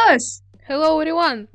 us! Hello, everyone!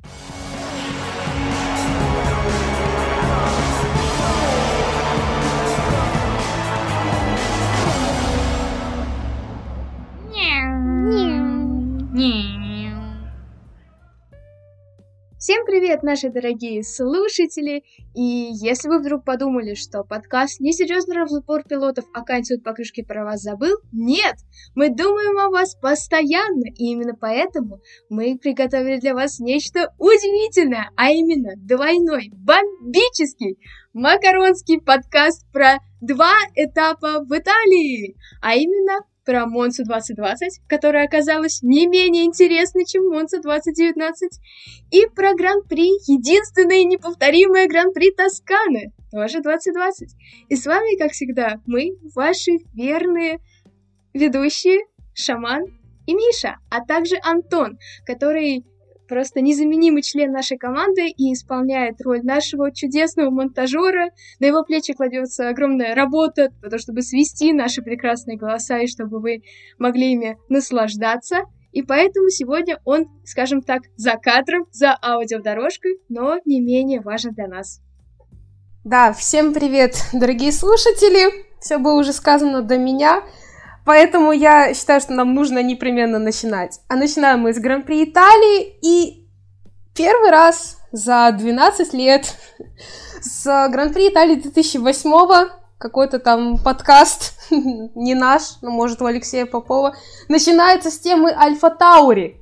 Всем привет, наши дорогие слушатели! И если вы вдруг подумали, что подкаст «Несерьезный разбор пилотов оканчивает покрышки про вас забыл», нет! Мы думаем о вас постоянно, и именно поэтому мы приготовили для вас нечто удивительное, а именно двойной, бомбический, макаронский подкаст про 2 этапа в Италии, а именно про Монцу 2020, которая оказалась не менее интересной, чем Монца 2019, и про Гран-при, единственное и неповторимое Гран-при Тосканы, тоже 2020. И с вами, как всегда, мы, ваши верные ведущие, Шаман и Миша, а также Антон, который просто незаменимый член нашей команды и исполняет роль нашего чудесного монтажера. На его плечи кладется огромная работа, для того, чтобы свести наши прекрасные голоса и чтобы вы могли ими наслаждаться. И поэтому сегодня он, скажем так, за кадром, за аудиодорожкой, но не менее важен для нас. Да, всем привет, дорогие слушатели! Все было уже сказано до меня, поэтому я считаю, что нам нужно непременно начинать. А начинаем мы с Гран-при Италии, и первый раз за 12 лет с Гран-при Италии 2008 какой-то там подкаст, не наш, но может у Алексея Попова, начинается с темы Альфа Таури.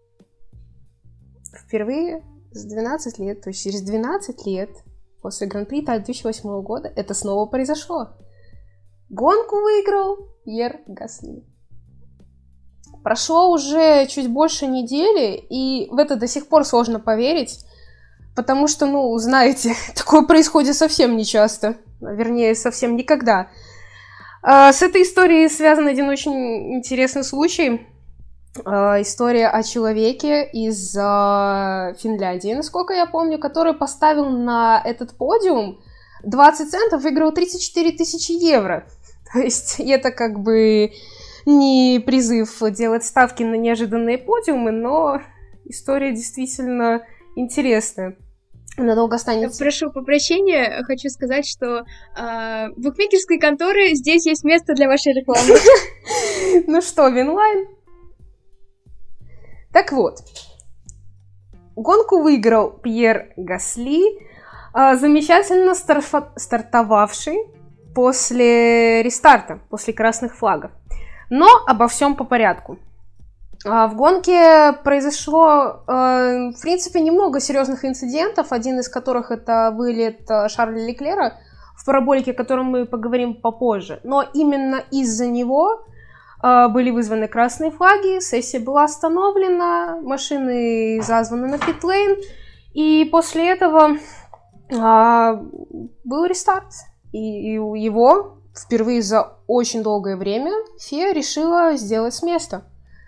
Впервые с 12 лет, то есть через 12 лет после Гран-при Италии 2008 года это снова произошло. Гонку выиграл Пьер Гасли. Прошло уже чуть больше недели, и в это до сих пор сложно поверить, потому что, знаете, такое происходит совсем нечасто, вернее, совсем никогда. С этой историей связан один очень интересный случай. История о человеке из Финляндии, насколько я помню, который поставил на этот подиум 20 центов, выиграл 34 тысячи евро. То есть это как бы не призыв делать ставки на неожиданные подиумы, но история действительно интересная. Надолго останется. Прошу прощения, хочу сказать, что в букмекерской конторе здесь есть место для вашей рекламы. Ну что, Винлайн? Так вот, гонку выиграл Пьер Гасли, замечательно стартовавший после рестарта, после красных флагов. Но обо всем по порядку. В гонке произошло, в принципе, немного серьезных инцидентов, один из которых это вылет Шарля Леклера в параболике, о котором мы поговорим попозже. Но именно из-за него были вызваны красные флаги, сессия была остановлена, машины зазваны на питлейн, и после этого был рестарт. И его впервые за очень долгое время FIA решила сделать с места.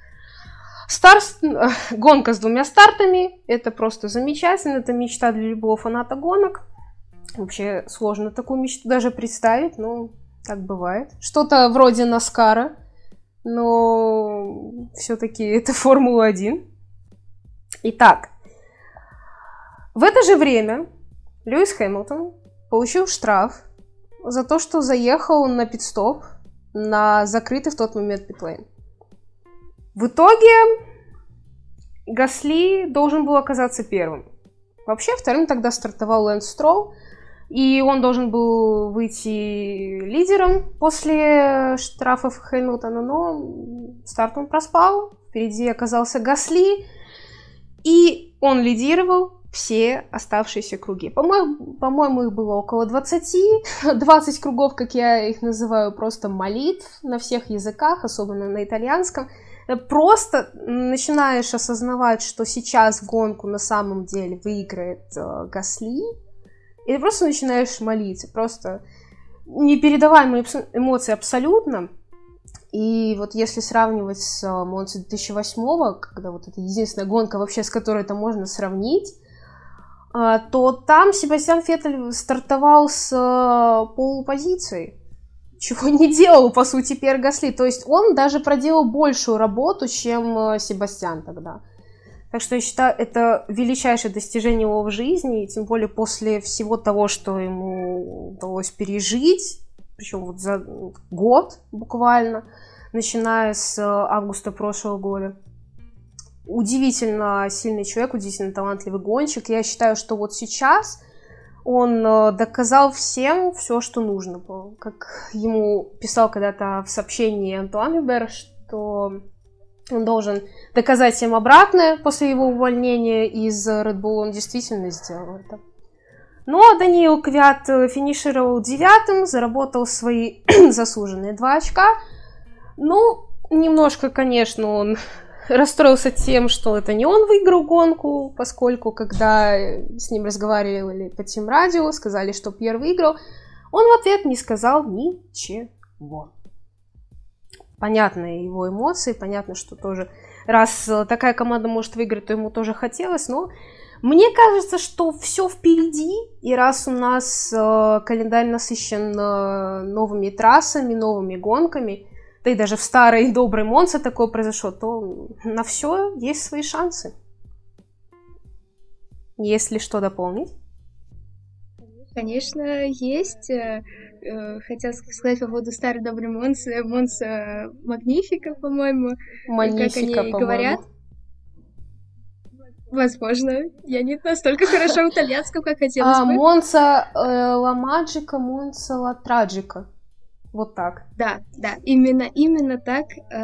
Гонка с 2 стартами, это просто замечательно, это мечта для любого фаната гонок. Вообще сложно такую мечту даже представить, но так бывает. Что-то вроде Наскара, но все-таки это Формула-1. Итак, в это же время Льюис Хэмилтон получил штраф за то, что заехал на пит-стоп на закрытый в тот момент питлейн. В итоге Гасли должен был оказаться первым. Вообще, вторым тогда стартовал Лэнс Стролл, и он должен был выйти лидером после штрафов Хэмилтона, но старт он проспал, впереди оказался Гасли, и он лидировал все оставшиеся круги. По-моему, их было около 20. 20 кругов, как я их называю, просто молитв на всех языках, особенно на итальянском. Просто начинаешь осознавать, что сейчас гонку на самом деле выиграет Гасли, и ты просто начинаешь молиться. Просто непередаваемые эмоции абсолютно. И вот если сравнивать с Монцей 2008, когда вот это единственная гонка вообще, с которой это можно сравнить, то там Себастьян Феттель стартовал с полупозиции, чего не делал, по сути, Пьер Гасли. То есть он даже проделал большую работу, чем Себастьян тогда. Так что я считаю, это величайшее достижение его в жизни, и тем более после всего того, что ему удалось пережить, причем вот за год буквально, начиная с августа прошлого года. Удивительно сильный человек, удивительно талантливый гонщик. Я считаю, что вот сейчас он доказал всем все, что нужно. Как ему писал когда-то в сообщении Антуан Юбер, что он должен доказать всем обратное после его увольнения из Red Bull. Он действительно сделал это. Ну, а Даниил Квят финишировал 9-м, заработал свои заслуженные 2 очка. Ну, немножко, конечно, он расстроился тем, что это не он выиграл гонку, поскольку, когда с ним разговаривали по Team Radio, сказали, что Пьер выиграл, он в ответ не сказал ничего. Понятны его эмоции, понятно, что тоже, раз такая команда может выиграть, то ему тоже хотелось, но мне кажется, что все впереди, и раз у нас календарь насыщен новыми трассами, новыми гонками, да и даже в старой доброй Монце такое произошло, то на все есть свои шансы. Есть ли что дополнить? Конечно, есть. Хотела сказать по поводу старой доброй Монцы. Монца Магнифика, по-моему. Магнифика, как они говорят. Возможно, я не настолько хороша в итальянском, как хотелось бы. Монца ла Маджика, Монца ла Траджика. Вот так. Да, именно так.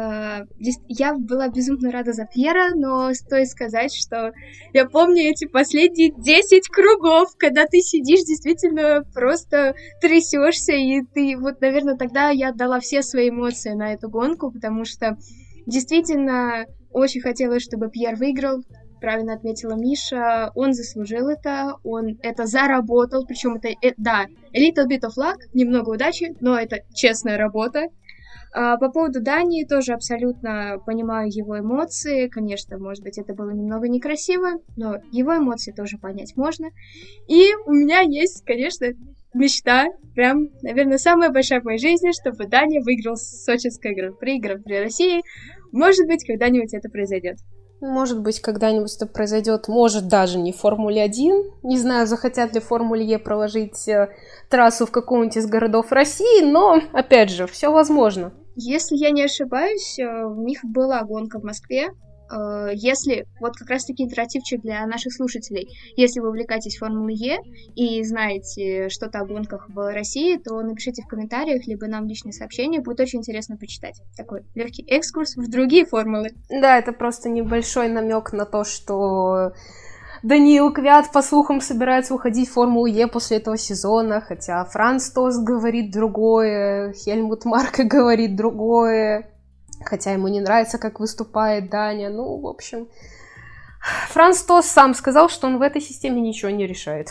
Я была безумно рада за Пьера, но стоит сказать, что я помню эти последние 10 кругов, когда ты сидишь, действительно просто трясешься, и ты, вот, наверное, тогда я отдала все свои эмоции на эту гонку, потому что действительно очень хотелось, чтобы Пьер выиграл. Правильно отметила Миша, он заслужил это, он это заработал, причем это, да, a little bit of luck, немного удачи, но это честная работа. По поводу Дании тоже абсолютно понимаю его эмоции, конечно, может быть, это было немного некрасиво, но его эмоции тоже понять можно. И у меня есть, конечно, мечта, прям, наверное, самая большая в моей жизни, чтобы Дания выиграл сочинское Гран-при России. Может быть, когда-нибудь это произойдет. Может быть, когда-нибудь это произойдет, может, даже не в Формуле-1. Не знаю, захотят ли в Формуле-Е проложить трассу в каком-нибудь из городов России, но, опять же, все возможно. Если я не ошибаюсь, у них была гонка в Москве. Если, вот как раз-таки интерактивчик для наших слушателей, если вы увлекаетесь Формулой Е и знаете что-то о гонках в России, то напишите в комментариях, либо нам личное сообщение, будет очень интересно почитать. Такой легкий экскурс в другие формулы. Да, это просто небольшой намек на то, что Даниил Квят, по слухам, собирается уходить в Формулу Е после этого сезона, хотя Франц Тост говорит другое, Хельмут Марко говорит другое. Хотя ему не нравится, как выступает Даня. Ну, в общем, Франц Тост сам сказал, что он в этой системе ничего не решает.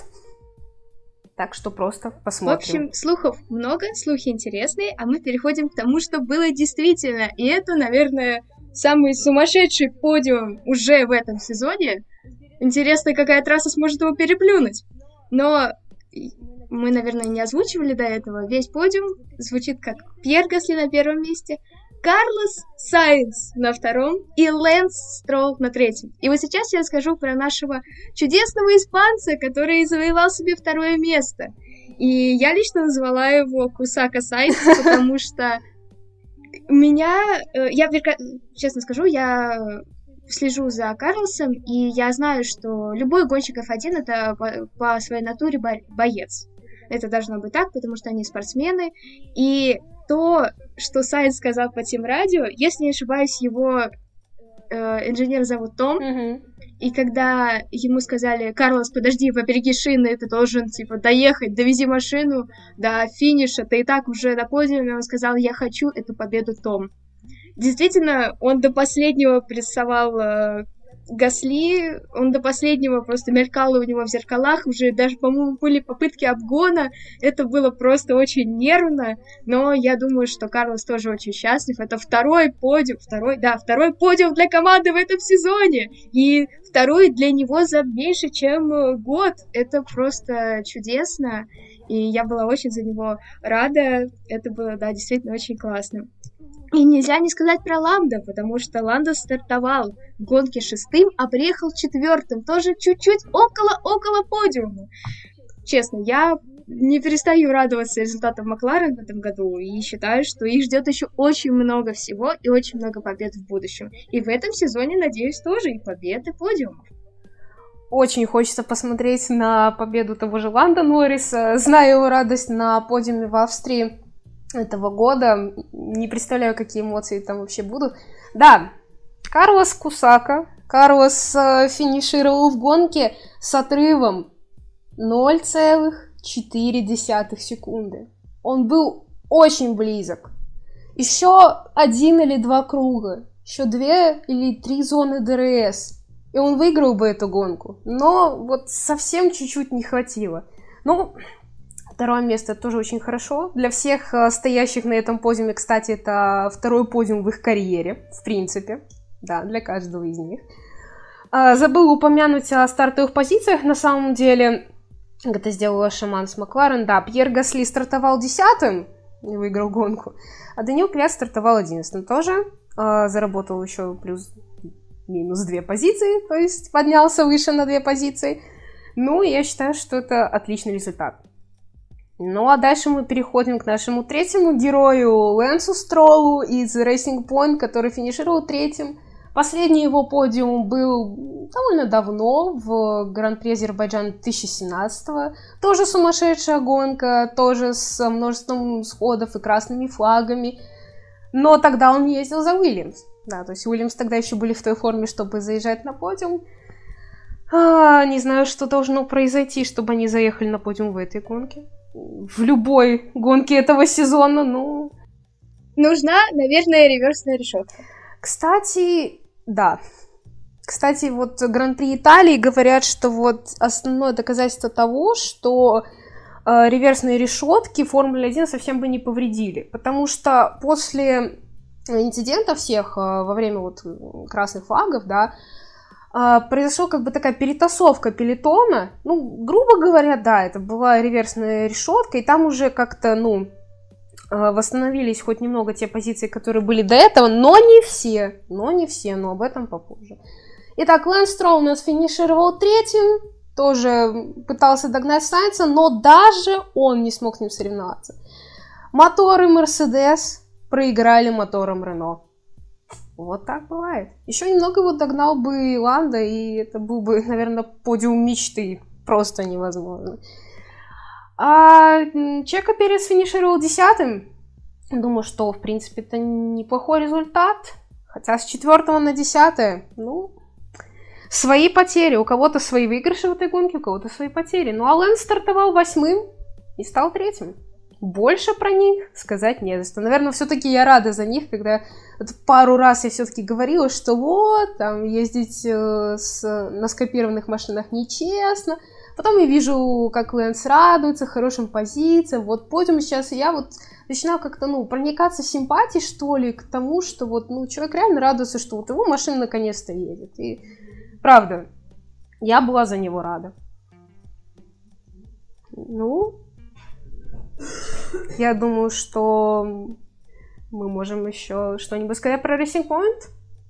Так что просто посмотрим. В общем, слухов много, слухи интересные, а мы переходим к тому, что было действительно. И это, наверное, самый сумасшедший подиум уже в этом сезоне. Интересно, какая трасса сможет его переплюнуть. Но мы, наверное, не озвучивали до этого. Весь подиум звучит как Пьер Гасли на первом месте, Карлос Сайнс на втором и Лэнс Стролл на третьем. И вот сейчас я расскажу про нашего чудесного испанца, который завоевал себе второе место. И я лично назвала его Кусака Сайнс, потому что честно скажу, я слежу за Карлосом, и я знаю, что любой гонщик F1 это по своей натуре боец. Это должно быть так, потому что они спортсмены, и то, что Сайнс сказал по Team Radio, если не ошибаюсь, его инженер зовут Том, и когда ему сказали: Карлос, подожди, побереги шины, ты должен, доехать, довези машину до финиша, ты и так уже на подиуме, он сказал: я хочу эту победу, Том. Действительно, он до последнего прессовал Гасли, он до последнего просто мелькал у него в зеркалах, уже даже, по-моему, были попытки обгона, это было просто очень нервно, но я думаю, что Карлос тоже очень счастлив, это второй подиум для команды в этом сезоне, и второй для него за меньше, чем год, это просто чудесно, и я была очень за него рада. Это было, да, действительно очень классно. И нельзя не сказать про Ландо, потому что Ландо стартовал в гонке 6-м, а приехал 4-м, тоже чуть-чуть около подиума. Честно, я не перестаю радоваться результатам Макларен в этом году и считаю, что их ждет еще очень много всего и очень много побед в будущем. И в этом сезоне, надеюсь, тоже и побед, и подиумов. Очень хочется посмотреть на победу того же Ландо Норриса. Знаю его радость на подиуме в Австрии этого года. Не представляю, какие эмоции там вообще будут. Да, Карлос Кусака. Карлос финишировал в гонке с отрывом 0,4 секунды. Он был очень близок. Еще 1 или 2 круга. Еще 2 или 3 зоны ДРС. И он выиграл бы эту гонку. Но вот совсем чуть-чуть не хватило. Ну, второе место тоже очень хорошо. Для всех стоящих на этом подиуме, кстати, это второй подиум в их карьере, в принципе. Да, для каждого из них. Забыла упомянуть о стартовых позициях. На самом деле, это сделала Шаман с Макларен. Да, Пьер Гасли стартовал 10-м и выиграл гонку. А Даниил Квят стартовал 11-м тоже. Заработал еще минус 2 позиции, то есть поднялся выше на 2 позиции. Ну, я считаю, что это отличный результат. Ну, а дальше мы переходим к нашему третьему герою, Лэнсу Строллу из Racing Point, который финишировал 3-м. Последний его подиум был довольно давно, в Гран-при Азербайджана 2017-го. Тоже сумасшедшая гонка, тоже с множеством сходов и красными флагами. Но тогда он ездил за Уильямс. Да, то есть Уильямс тогда еще были в той форме, чтобы заезжать на подиум. Не знаю, что должно произойти, чтобы они заехали на подиум в этой гонке. В любой гонке этого сезона, ну... Нужна, наверное, реверсная решетка. Кстати, да. Кстати, вот Гран-при Италии говорят, что вот основное доказательство того, что реверсные решетки Формуле 1 совсем бы не повредили. Потому что после инцидентов всех во время вот красных флагов, да, произошла как бы такая перетасовка пелотона. Ну, грубо говоря, да, это была реверсная решетка, и там уже как-то, ну, восстановились хоть немного те позиции, которые были до этого, но не все, но об этом попозже. Итак, Лэнс Стролл у нас финишировал 3-м, тоже пытался догнать Сайнса, но даже он не смог с ним соревноваться. Моторы Мерседес проиграли мотором Рено. Вот так бывает. Еще немного его догнал бы Ландо, и это был бы, наверное, подиум мечты. Просто невозможно. А Чеко Перес финишировал 10-м. Думаю, что, в принципе, это неплохой результат. Хотя с 4-го на 10-е, ну, свои потери. У кого-то свои выигрыши в этой гонке, у кого-то свои потери. Ну, а Лэнс стартовал 8-м и стал 3-м. Больше про них сказать не за что. Наверное, все-таки я рада за них, когда пару раз я все-таки говорила, что вот, там, ездить на скопированных машинах нечестно. Потом я вижу, как Лэнс радуется хорошим позициям. Вот подиум сейчас, и я вот начинаю как-то, ну, проникаться симпатией, что ли, к тому, что вот, ну, человек реально радуется, что вот его машина наконец-то едет. И правда, я была за него рада. Ну, я думаю, что мы можем еще что-нибудь сказать про Racing Point.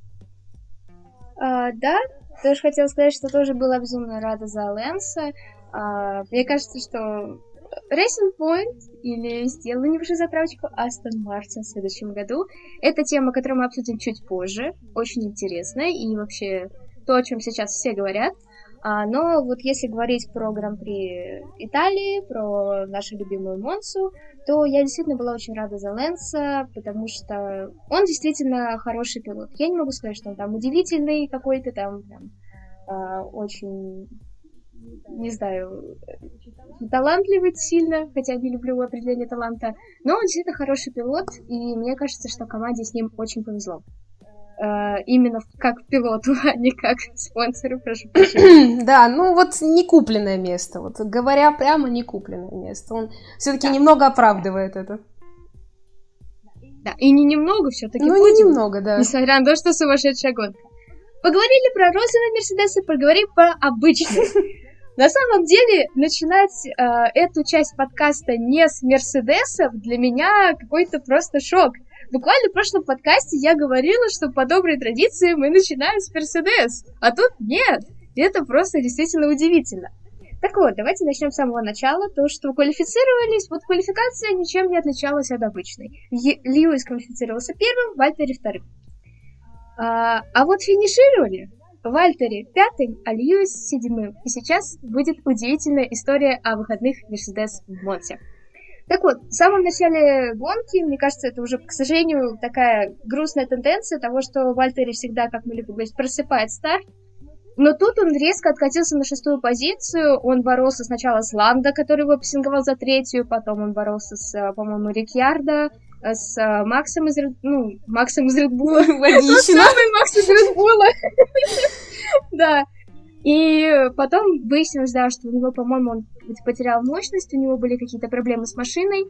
Да, тоже хотела сказать, что тоже была безумно рада за Лэнса. Мне кажется, что Racing Point или сделаю небольшую затравочку Aston Martin в следующем году. Это тема, которую мы обсудим чуть позже. Очень интересная и вообще то, о чем сейчас все говорят. Но вот если говорить про Гран-при Италии, про нашу любимую Монсу, то я действительно была очень рада за Лэнса, потому что он действительно хороший пилот. Я не могу сказать, что он там удивительный какой-то, там очень, не знаю, талантливый сильно, хотя не люблю определение таланта, но он действительно хороший пилот, и мне кажется, что команде с ним очень повезло. Именно как пилоту, а не как спонсору, прошу прощения. Да, ну вот не купленное место, вот говоря прямо, не купленное место. Он все-таки немного оправдывает это. Да, и не немного все-таки. Ну, не немного, да. Несмотря на то, что сумасшедшая гонка. Поговорили про розовые Мерседесы, поговорим про обычные. На самом деле, начинать эту часть подкаста не с Мерседесов для меня какой-то просто шок. Буквально в прошлом подкасте я говорила, что по доброй традиции мы начинаем с Мерседес, а тут нет. И это просто действительно удивительно. Так вот, давайте начнем с самого начала. То, что квалифицировались, вот квалификация ничем не отличалась от обычной. Льюис квалифицировался первым, Вальтери вторым. А вот финишировали Вальтери пятым, а Льюис седьмым. И сейчас будет удивительная история о выходных Мерседес в Монте. Так вот, в самом начале гонки, мне кажется, это уже, к сожалению, такая грустная тенденция того, что Вальтери всегда, как мы любим говорить, просыпает старт. Но тут он резко откатился на 6-ю позицию. Он боролся сначала с Ландо, который его прессинговал за 3-ю, потом он боролся с, по-моему, Рикьярдо, с Максом из Red Bull. Логично. Самый Макс из Red Bull. Да. И потом выяснилось, да, что у него, по-моему, он потерял мощность, у него были какие-то проблемы с машиной.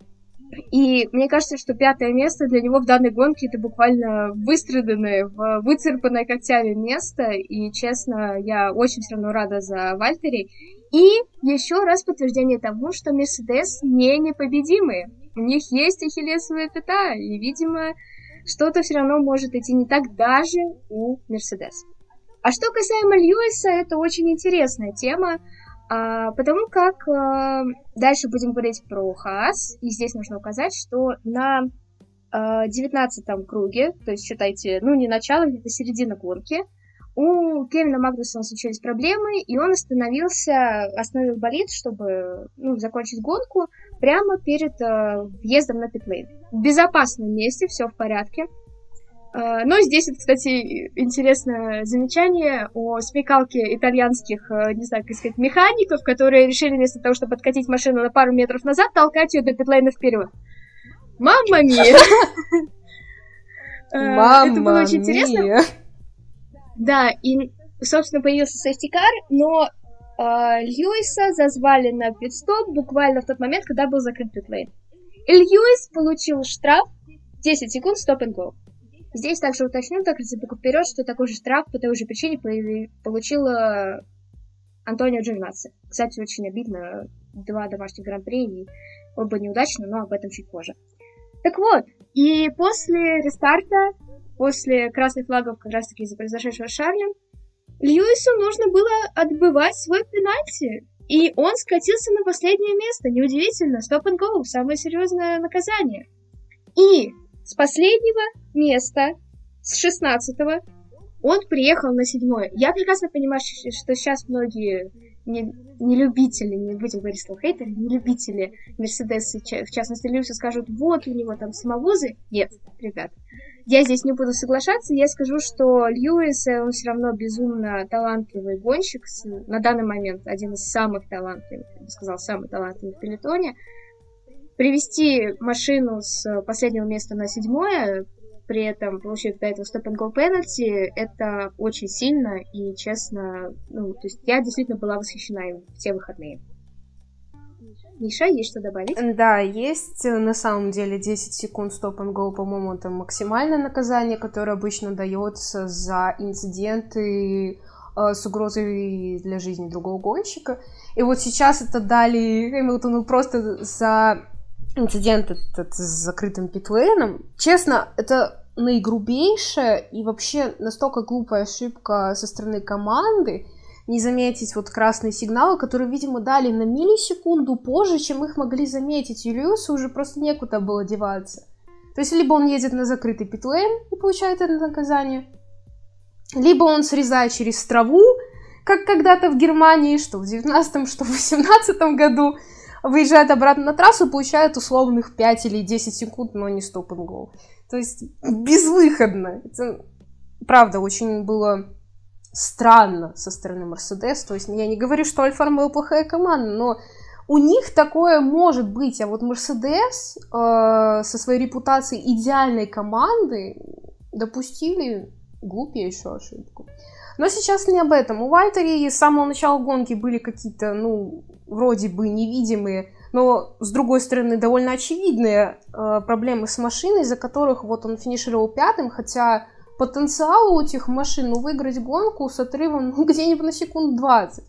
И мне кажется, что 5-е место для него в данной гонке это буквально выстраданное, выцарапанное когтями место. И, честно, я очень все равно рада за Вальтери. И еще раз подтверждение тому, что Мерседес не непобедимые. У них есть ахиллесовая пята, и, видимо, что-то все равно может идти не так даже у Мерседес. А что касаемо Льюиса, это очень интересная тема. Потому как дальше будем говорить про Хаас, и здесь нужно указать, что на 19-м круге, то есть считайте, не начало, где-то середина гонки, у Кевина Магнуссона случились проблемы, и он остановил болид, чтобы закончить гонку прямо перед въездом на питлейн. В безопасном месте, все в порядке. Но здесь, кстати, интересное замечание о смекалке итальянских, не знаю, как сказать, механиков, которые решили вместо того, чтобы откатить машину на пару метров назад, толкать ее до питлейна вперед. Мамма мия! Это было очень интересно. Да, и, собственно, появился сейфтикар, но Льюиса зазвали на питстоп буквально в тот момент, когда был закрыт питлейн. И Льюис получил штраф 10 секунд стоп-н-го. Здесь также уточню, так забегу вперед, что такой же штраф по той же причине получил Антонио Джованаззи. Кстати, очень обидно, 2 домашних гран-при, и оба неудачно, но об этом чуть позже. Так вот, и после рестарта, после красных флагов как раз-таки из-за произошедшего с Шарлем, Льюису нужно было отбывать свой пенальти, и он скатился на последнее место. Неудивительно, стоп-н-го, самое серьезное наказание. И с последнего места, с 16-го, он приехал на 7-е. Я прекрасно понимаю, что сейчас многие не любители, не будем говорить слово хейтеры, не любители Мерседеса, в частности Льюиса, скажут, вот у него там самовозы. Нет, ребят, я здесь не буду соглашаться, я скажу, что Льюис, он все равно безумно талантливый гонщик, на данный момент один из самых талантливых, я бы сказала, самый талантливый в пелотоне. Привести машину с последнего места на 7-е, при этом получив до этого стоп-н-го пенальти, это очень сильно и, честно, то есть я действительно была восхищена им в те выходные. Миша, есть что добавить? Да, есть на самом деле 10 секунд стоп-н-го, по-моему, это максимальное наказание, которое обычно дается за инциденты с угрозой для жизни другого гонщика. И вот сейчас это дали Хэмилтону просто за инцидент этот с закрытым питлейном. Честно, это наигрубейшая и вообще настолько глупая ошибка со стороны команды не заметить вот красные сигналы, которые, видимо, дали на миллисекунду позже, чем их могли заметить. И Льюису уже просто некуда было деваться. То есть либо он едет на закрытый питлейн и получает это наказание, либо он срезает через траву, как когда-то в Германии, что в 19-м, что в 18-м году, выезжает обратно на трассу и получает условных 5 или 10 секунд, но не стоп-н-го. То есть безвыходно. Это, правда, очень было странно со стороны Мерседес. То есть я не говорю, что Альфа Ромео плохая команда, но у них такое может быть. А вот Мерседес со своей репутацией идеальной команды допустили глупейшую ошибку. Но сейчас не об этом. У Вальтери с самого начала гонки были какие-то, вроде бы невидимые, но, с другой стороны, довольно очевидные проблемы с машиной, из-за которых вот он финишировал 5-м, хотя потенциал у этих машин, выиграть гонку с отрывом где-нибудь на секунд 20.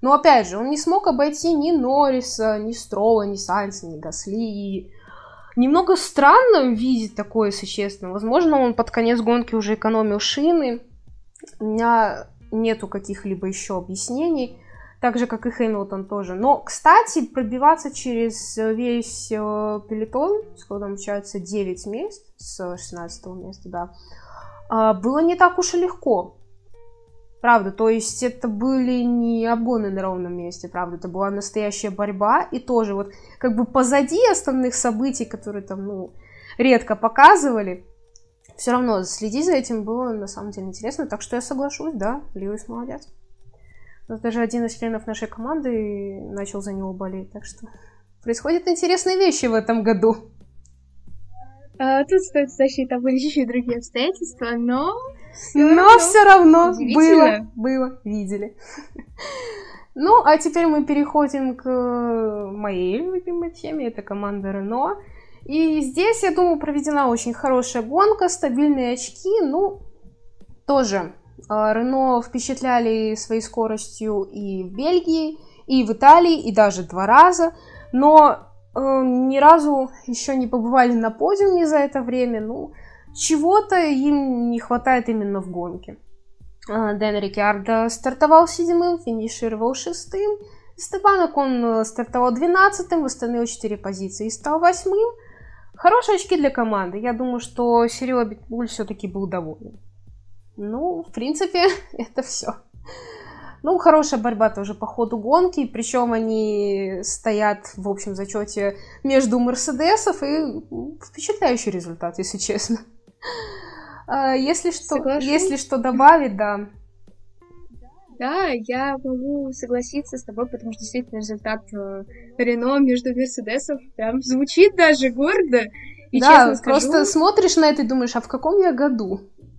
Но опять же, он не смог обойти ни Норриса, ни Строла, ни Сайнса, ни Гасли. И немного странно видеть такое, если честно. Возможно, он под конец гонки уже экономил шины. У меня нету каких-либо еще объяснений. Так же, как и Хэмилтон тоже. Но, кстати, пробиваться через весь пелотон, сколько там получается 9 мест, с 16 места, да, было не так уж и легко. Правда, то есть это были не обгоны на ровном месте, правда, это была настоящая борьба. И тоже вот как бы позади основных событий, которые там, редко показывали, все равно следить за этим было на самом деле интересно. Так что я соглашусь, да, Льюис молодец. У нас даже один из членов нашей команды начал за него болеть, так что происходят интересные вещи в этом году. Тут стоит уточнить, там были еще и другие обстоятельства, но все равно было, видели. Ну, а теперь мы переходим к моей любимой теме, это команда Рено. И здесь, я думаю, проведена очень хорошая гонка, стабильные очки, тоже Рено впечатляли своей скоростью и в Бельгии, и в Италии, и даже 2 раза, но ни разу еще не побывали на подиуме за это время, чего-то им не хватает именно в гонке. Дэн Рикьярдо стартовал 7-м, финишировал 6-м, Стефан Окон стартовал 12-м, восстановил 4 позиции и стал 8-м. Хорошие очки для команды, я думаю, что Сирил Абитбуль все-таки был доволен. В принципе, это все. Хорошая борьба тоже по ходу гонки, причем они стоят в общем зачете между Мерседесов, и впечатляющий результат, если честно. Если что добавить, да. Да, я могу согласиться с тобой, потому что действительно результат Рено между Мерседесов прям звучит даже гордо. И, да, честно скажу, просто смотришь на это и думаешь, а в каком я году?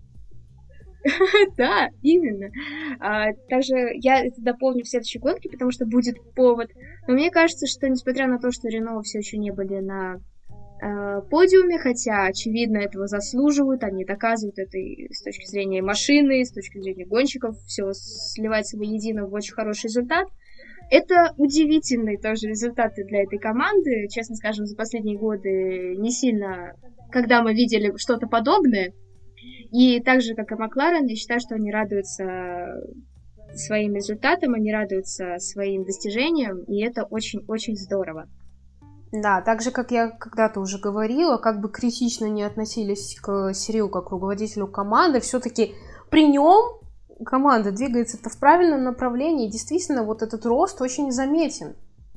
Да, именно. Также я это дополню в следующей гонке, потому что будет повод. Но мне кажется, что несмотря на то, что Рено все еще не были на подиуме, хотя, очевидно, этого заслуживают, они доказывают это и с точки зрения машины, и с точки зрения гонщиков, все сливается воедино в очень хороший результат. Это удивительные тоже результаты для этой команды. Честно скажем, за последние годы не сильно, когда мы видели что-то подобное. И так же, как и Макларен, я считаю, что они радуются своим результатам, они радуются своим достижениям, и это очень-очень здорово. Да, так же, как я когда-то уже говорила, как бы критично не относились к Сирилу как руководителю команды, все-таки при нем команда двигается-то в правильном направлении, и действительно вот этот рост очень заметен.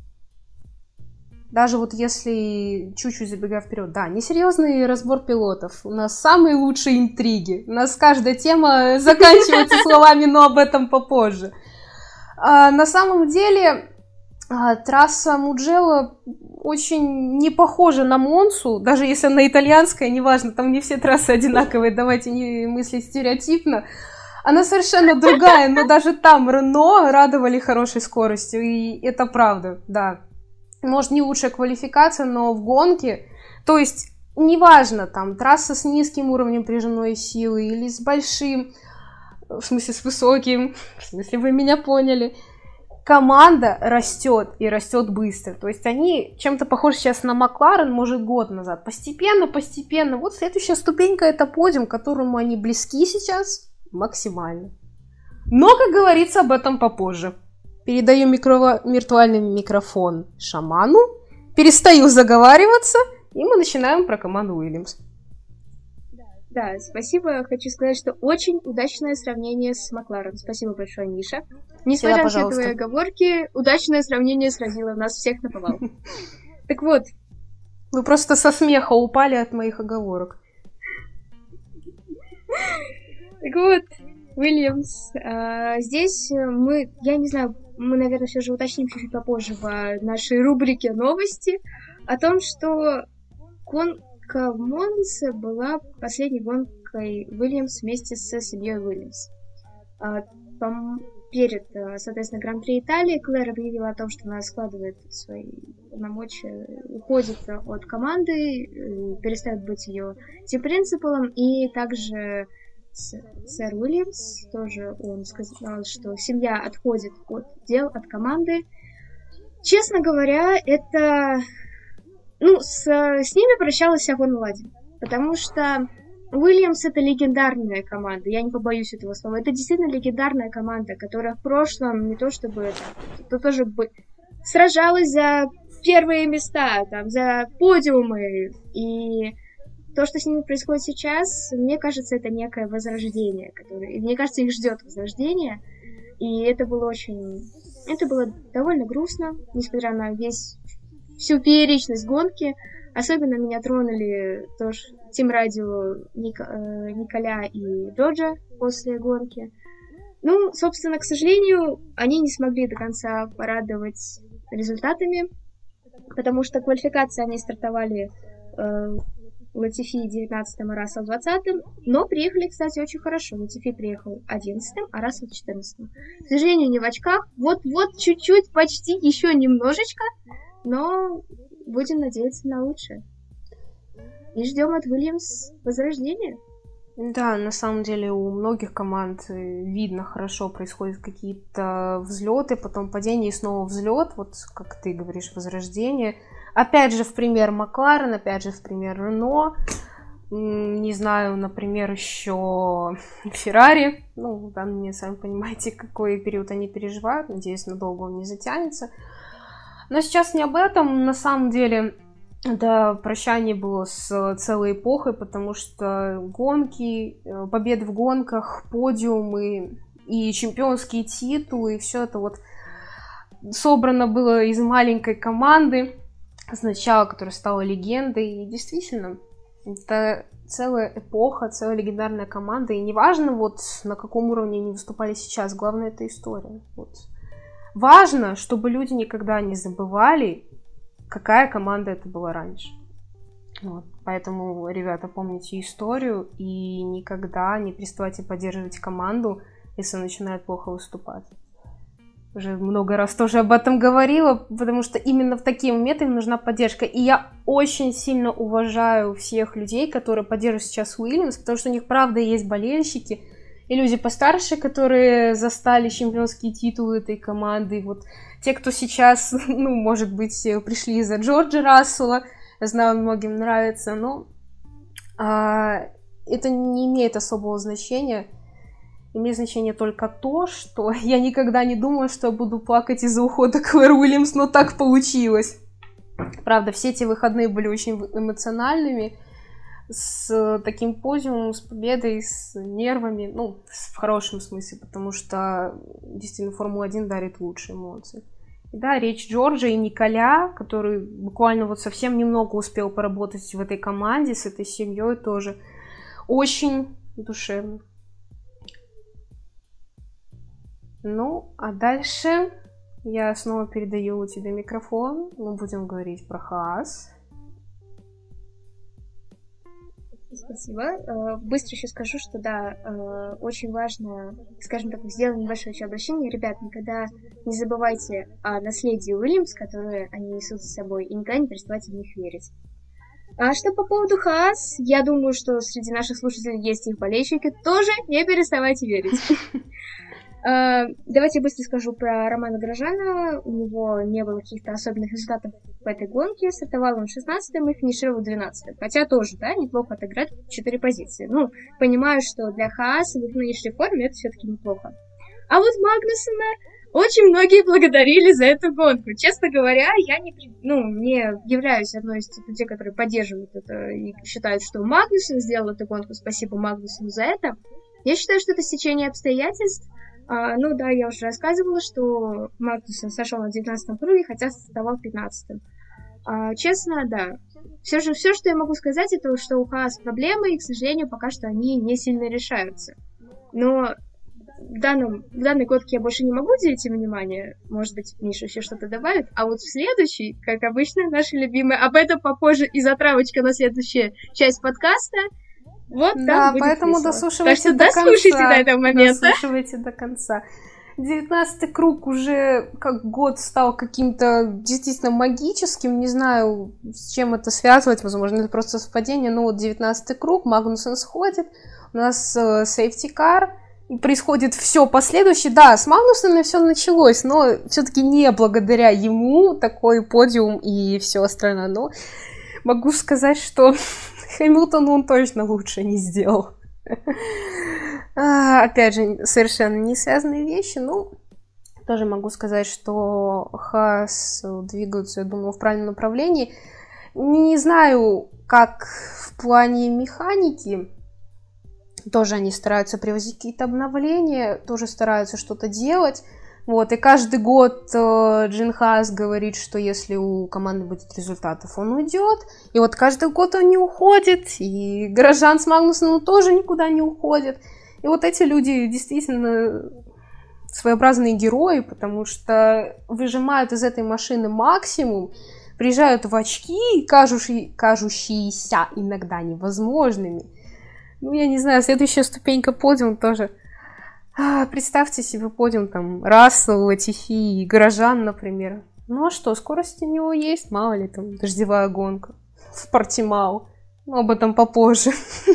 Даже вот если чуть-чуть забегая вперед, да, несерьезный разбор пилотов. У нас самые лучшие интриги. У нас каждая тема заканчивается словами, но об этом попозже. На самом деле, трасса Муджелло очень не похожа на Монсу, даже если она итальянская, неважно, там не все трассы одинаковые, давайте не мыслить стереотипно. Она совершенно другая, но даже там Рено радовали хорошей скоростью, и это правда, да. Может, не лучшая квалификация, но в гонке, то есть, неважно, там, трасса с низким уровнем прижимной силы или с большим, в смысле, с высоким, в смысле, вы меня поняли, команда растет, и растет быстро. То есть, они чем-то похожи сейчас на Макларен, может, год назад. Постепенно. Вот следующая ступенька — это подиум, к которому они близки сейчас максимально. Но, как говорится, об этом попозже. Передаю виртуальный микрофон Шаману, перестаю заговариваться, и мы начинаем про команду Уильямс. Да, спасибо. Хочу сказать, что очень удачное сравнение с Макларен. Спасибо большое, Миша. Несмотря на все твои оговорки, удачное сравнение сразило нас всех наповал. Так вот. Вы просто со смеха упали от моих оговорок. Так вот, Уильямс. Здесь я не знаю, мы, наверное, все же уточним чуть попозже в нашей рубрике «Новости» о том, что гонка в Монце была последней гонкой Уильямс вместе с семьей Уильямс. Перед, соответственно, Гран-при Италии Клэр объявила о том, что она складывает свои полномочия, уходит от команды, перестает быть ее тим-принципалом, и также сэр Уильямс, тоже он сказал, что семья отходит от дел, от команды. Честно говоря, это... с ними прощалась Агон Ладин, потому что Уильямс — это легендарная команда, я не побоюсь этого слова. Это действительно легендарная команда, которая в прошлом не то чтобы это тоже сражалась за первые места, там, за подиумы. И то, что с ними происходит сейчас, мне кажется, это некое возрождение, мне кажется, их ждет возрождение. И это было довольно грустно, несмотря на всю фееричность гонки. Особенно меня тронули тоже Team Radio Николя и Джорджа после гонки. Собственно, к сожалению, они не смогли до конца порадовать результатами, потому что квалификации они стартовали Латифи 19-м, а Рассел 20-м, но приехали, кстати, очень хорошо. Латифи приехал 11-м, а Рассел 14-м. К сожалению, не в очках, вот чуть-чуть, почти, еще немножечко, но будем надеяться на лучшее. И ждем от Уильямс возрождения. Да, на самом деле у многих команд видно хорошо, происходят какие-то взлеты, потом падение и снова взлет, вот как ты говоришь, возрождение. Опять же в пример Макларен, опять же в пример Рено, не знаю, например, еще Феррари. Там, сами понимаете, какой период они переживают, надеюсь, надолго он не затянется. Но сейчас не об этом, на самом деле, да, прощание было с целой эпохой, потому что гонки, победы в гонках, подиумы и чемпионские титулы, и все это вот собрано было из маленькой команды сначала, которая стала легендой, и действительно, это целая эпоха, целая легендарная команда, и неважно, вот на каком уровне они выступали сейчас, главное, это история, вот. Важно, чтобы люди никогда не забывали, какая команда это была раньше. Вот. Поэтому, ребята, помните историю и никогда не переставайте поддерживать команду, если она начинает плохо выступать. Уже много раз тоже об этом говорила, потому что именно в такие моменты им нужна поддержка. И я очень сильно уважаю всех людей, которые поддерживают сейчас Уильямс, потому что у них, правда, есть болельщики, и люди постарше, которые застали чемпионские титулы этой команды. И вот те, кто сейчас, может быть, пришли из-за Джорджа Рассела, я знаю, многим нравится, но это не имеет особого значения. Имеет значение только то, что я никогда не думала, что я буду плакать из-за ухода Клэр Уильямс, но так получилось. Правда, все эти выходные были очень эмоциональными, с таким подиумом, с победой, с нервами, в хорошем смысле, потому что действительно Формула-1 дарит лучшие эмоции. И да, речь Джорджа и Николя, который буквально вот совсем немного успел поработать в этой команде, с этой семьей тоже, очень душевно. А дальше я снова передаю тебе микрофон, мы будем говорить про Хаас. Спасибо. Быстро еще скажу, что да, очень важно, скажем так, сделать небольшое еще обращение. Ребят, никогда не забывайте о наследии Уильямс, которое они несут с собой, и никогда не переставайте в них верить. А что по поводу Хаас, я думаю, что среди наших слушателей есть их болельщики, тоже не переставайте верить. Давайте я быстро скажу про Романа Грожана. У него не было каких-то особенных результатов в этой гонке. Стартовал он 16-м и финишировал 12-м. Хотя тоже, да, неплохо отыграть 4 позиции. Понимаю, что для Хааса в их нынешней форме это все-таки неплохо. А вот Магнуссена очень многие благодарили за эту гонку. Честно говоря, я не являюсь одной из тех людей, которые поддерживают это и считают, что Магнуссен сделал эту гонку. Спасибо Магнуссену за это. Я считаю, что это стечение обстоятельств. Да, я уже рассказывала, что Магнуссен сошел на 19-м круге, хотя стартовал 15-м. Честно, да. Все, что я могу сказать, это что у Хаас проблемы, и, к сожалению, пока что они не сильно решаются. Но в данной гонке я больше не могу уделить им внимание. Может быть, Миша еще что-то добавит. А вот в следующей, как обычно, наши любимые, об этом попозже и затравочка на следующую часть подкаста. Вот да, будет поэтому весело. дослушивайте до конца. Дослушайте до этого момента. Дослушивайте до конца. 19-й круг уже как год стал каким-то действительно магическим. Не знаю, с чем это связывать. Возможно, это просто совпадение. Но вот 19-й круг, Магнусен сходит. У нас safety car. И происходит все последующее. Да, с Магнусеном все началось, но все-таки не благодаря ему такой подиум и все остальное. Но могу сказать, что Хэмилтон он точно лучше не сделал. Опять же, совершенно не связанные вещи. Ну, тоже могу сказать, что Хаас двигаются, я думаю, в правильном направлении. Не знаю, как в плане механики. Тоже они стараются привозить какие-то обновления, тоже стараются что-то делать. Вот, и каждый год Джин Хаас говорит, что если у команды будет результатов, он уйдет. И вот каждый год он не уходит, и Гросжан с Магнусеном тоже никуда не уходят. И вот эти люди действительно своеобразные герои, потому что выжимают из этой машины максимум, приезжают в очки, кажущиеся иногда невозможными. Ну, я не знаю, следующая ступенька подиум тоже. Представьте себе подиум, там, Рассел, Латифи и Гросжан, например. Ну, а что, скорость у него есть, мало ли, там, дождевая гонка в Портимау. Но об этом попозже.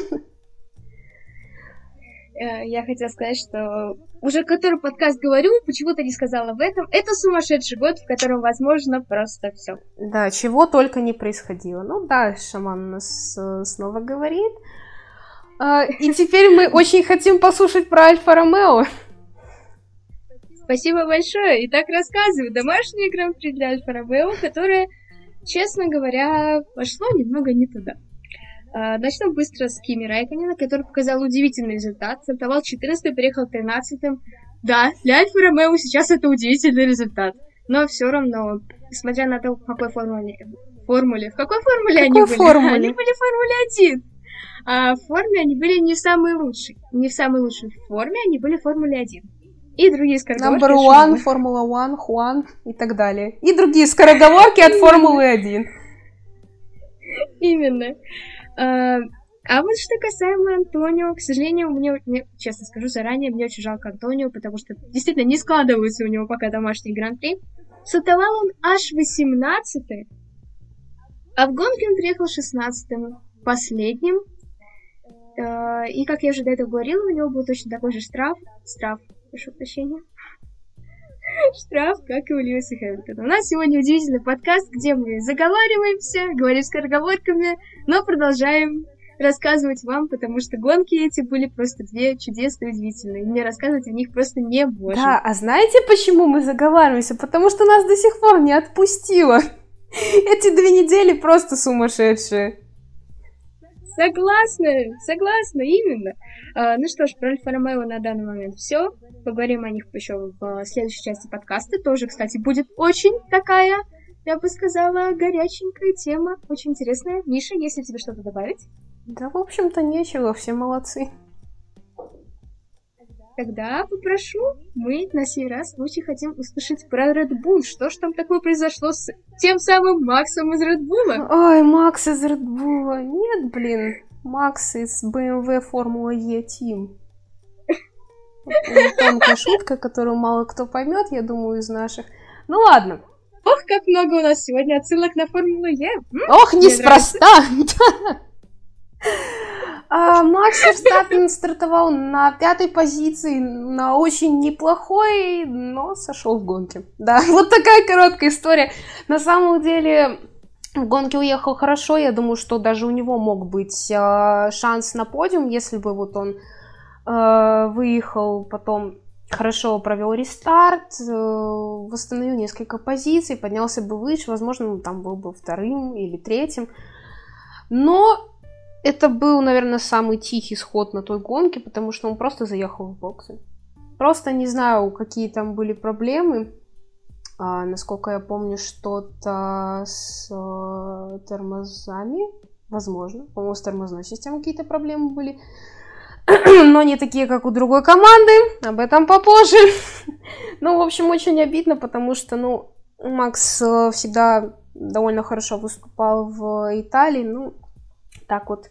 Я хотела сказать, что уже который подкаст говорю, почему-то не сказала об этом. Это сумасшедший год, в котором возможно просто все. Да, чего только не происходило. Ну да, Шаман у нас снова говорит. И теперь мы очень хотим послушать про Альфа-Ромео. Спасибо большое. Итак, рассказываю. Домашняя гран-при для Альфа-Ромео, которая, честно говоря, пошло немного не туда. Начнем быстро с Кими Рэйкконена, который показал удивительный результат. Стартовал 14-м, переехал 13-м. Да, для Альфа-Ромео сейчас это удивительный результат. Но все равно, несмотря на то, в какой формуле они были? Они были в Формуле 1. А в форме они были не в самой лучшей. Не в самой лучшей форме, они были в Формуле 1. И другие скороговорки. Number one, Формула 1, Хуан и так далее. И другие скороговорки от Формулы 1. Именно. А вот что касаемо Антонио, к сожалению, мне, честно скажу заранее, мне очень жалко Антонио, потому что действительно не складывается у него пока домашний гран-при. Стартовал он аж 18-й, а в гонке он приехал 16-м, последним. И, как я уже до этого говорила, у него был точно такой же штраф, прошу прощения, штраф, как и у Льюиса Хэмилтона. У нас сегодня удивительный подкаст, где мы заговариваемся, говорим скороговорками, но продолжаем рассказывать вам, потому что гонки эти были просто две чудесные, удивительные. И мне рассказывать о них просто не можно. Да, а знаете, почему мы заговариваемся? Потому что нас до сих пор не отпустило. Эти 2 недели просто сумасшедшие. Согласна, именно. Ну что ж, про Альфа-Ромео на данный момент все. Поговорим о них еще в следующей части подкаста. Тоже, кстати, будет очень такая, я бы сказала, горяченькая тема. Очень интересная. Миша, есть ли тебе что-то добавить? Да, в общем-то, нечего. Все молодцы. Тогда попрошу, мы на сей раз очень хотим услышать про Red Bull. Что ж там такое произошло с тем самым Максом из Red Bull? Ой, Макс из Red Bull. Нет, блин. Макс из BMW Формула E Team. Тонкая шутка, которую мало кто поймет, я думаю, из наших. Ну ладно. Ох, как много у нас сегодня отсылок на Формулу Е. Ох, неспроста. Макс Ферстаппен стартовал на 5-й позиции, на очень неплохой, но сошел в гонке. Да, вот такая короткая история. На самом деле, в гонке уехал хорошо. Я думаю, что даже у него мог быть шанс на подиум, если бы вот он выехал, потом хорошо провел рестарт, восстановил несколько позиций, поднялся бы выше, возможно, он там был бы 2-м или 3-м. Но это был, наверное, самый тихий сход на той гонке, потому что он просто заехал в боксы. Просто не знаю, какие там были проблемы. Насколько я помню, что-то с тормозами. Возможно. По-моему, с тормозной системой какие-то проблемы были. Но не такие, как у другой команды. Об этом попозже. Ну, в общем, очень обидно, потому что, Макс всегда довольно хорошо выступал в Италии. Так вот,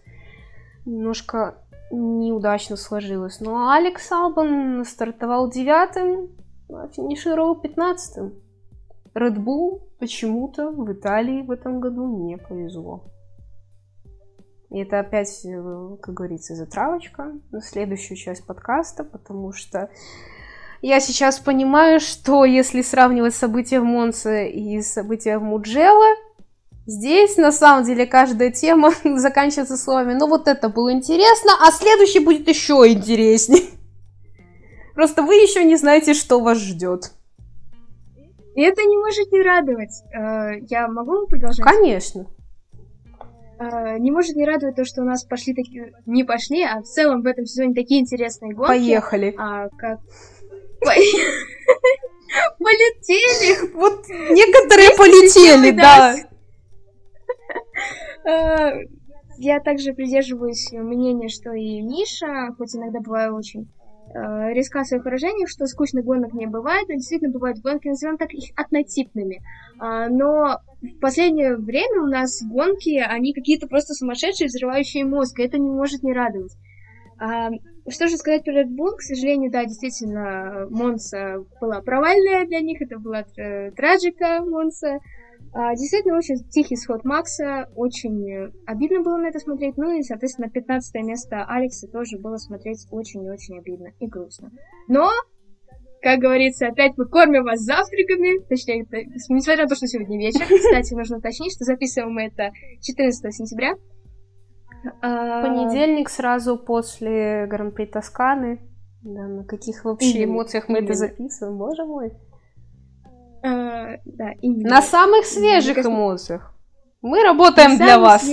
немножко неудачно сложилось. Ну, а Алекс Албан стартовал 9-м. финишировал 15-м. Red Bull почему-то в Италии в этом году не повезло. И это опять, как говорится, затравочка на следующую часть подкаста, потому что я сейчас понимаю, что если сравнивать события в Монце и события в Муджелло, здесь на самом деле каждая тема заканчивается словами «ну вот это было интересно, а следующий будет еще интереснее». Просто вы еще не знаете, что вас ждет. И это не может не радовать. Я могу продолжать? Конечно. Не может не радовать то, что у нас пошли такие... Не пошли, а в целом в этом сезоне такие интересные гонки. Поехали. Как... Полетели! Вот некоторые полетели, да. Я также придерживаюсь мнения, что и Миша, хоть иногда бываю очень резка в своих выражениях, что скучных гонок не бывает, но действительно бывают гонки, назовем так их однотипными. Но в последнее время у нас гонки, они какие-то просто сумасшедшие, взрывающие мозг, и это не может не радовать. Что же сказать про Red Bull? К сожалению, да, действительно, Монца была провальная для них, это была траджика Монца. Действительно, очень тихий сход Макса, очень обидно было на это смотреть, ну и, соответственно, 15 место Алекса тоже было смотреть очень и очень обидно и грустно. Но, как говорится, опять мы кормим вас завтраками, точнее, несмотря на то, что сегодня вечер, кстати, нужно уточнить, что записываем мы это 14 сентября. Понедельник сразу после Гран-при Тосканы. Да, на каких вообще эмоциях мы это записываем, боже мой. Да, именно. На самых свежих эмоциях. Мы работаем для вас.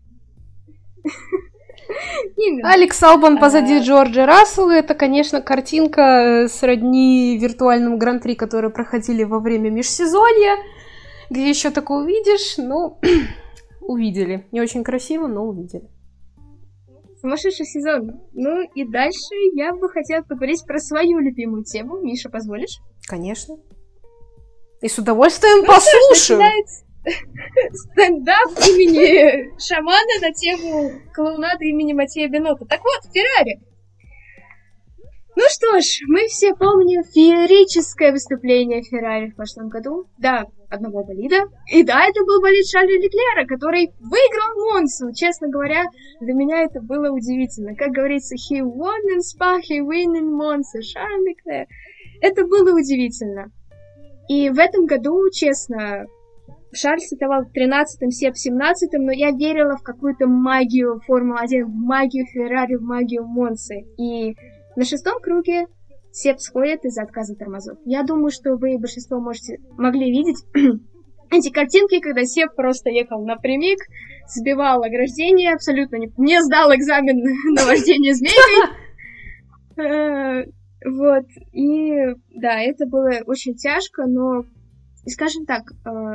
Алекс Албан позади Джорджа Рассела. Это, конечно, картинка сродни виртуальному Гран-при, которые проходили во время межсезонья. Где еще такое увидишь? Ну, увидели. Не очень красиво, но увидели. Сумасшедший сезон. Ну и дальше я бы хотела поговорить про свою любимую тему. Миша, позволишь? Конечно. И с удовольствием послушаю. Стендап имени Шамана на тему клоунады имени Матея Бенотто. Так вот, Феррари. Ну что ж, мы все помним феерическое выступление Феррари в прошлом году. Да, одного болида. И да, это был болид Шарля Леклера, который выиграл Монцу. Честно говоря, для меня это было удивительно. Как говорится, he won in Spa, he win in Monza. Шарль Леклер. Это было удивительно. И в этом году, честно, Шарль стартовал 13-м, Себ 17-м, но я верила в какую-то магию Формулы-1, в магию Феррари, в магию Монцы. И на 6-м круге Себ сходит из-за отказа тормозов. Я думаю, что вы большинство могли видеть эти картинки, когда Себ просто ехал напрямик, сбивал ограждение, абсолютно не сдал экзамен на вождение змейкой. Вот, и да, это было очень тяжко, но, скажем так,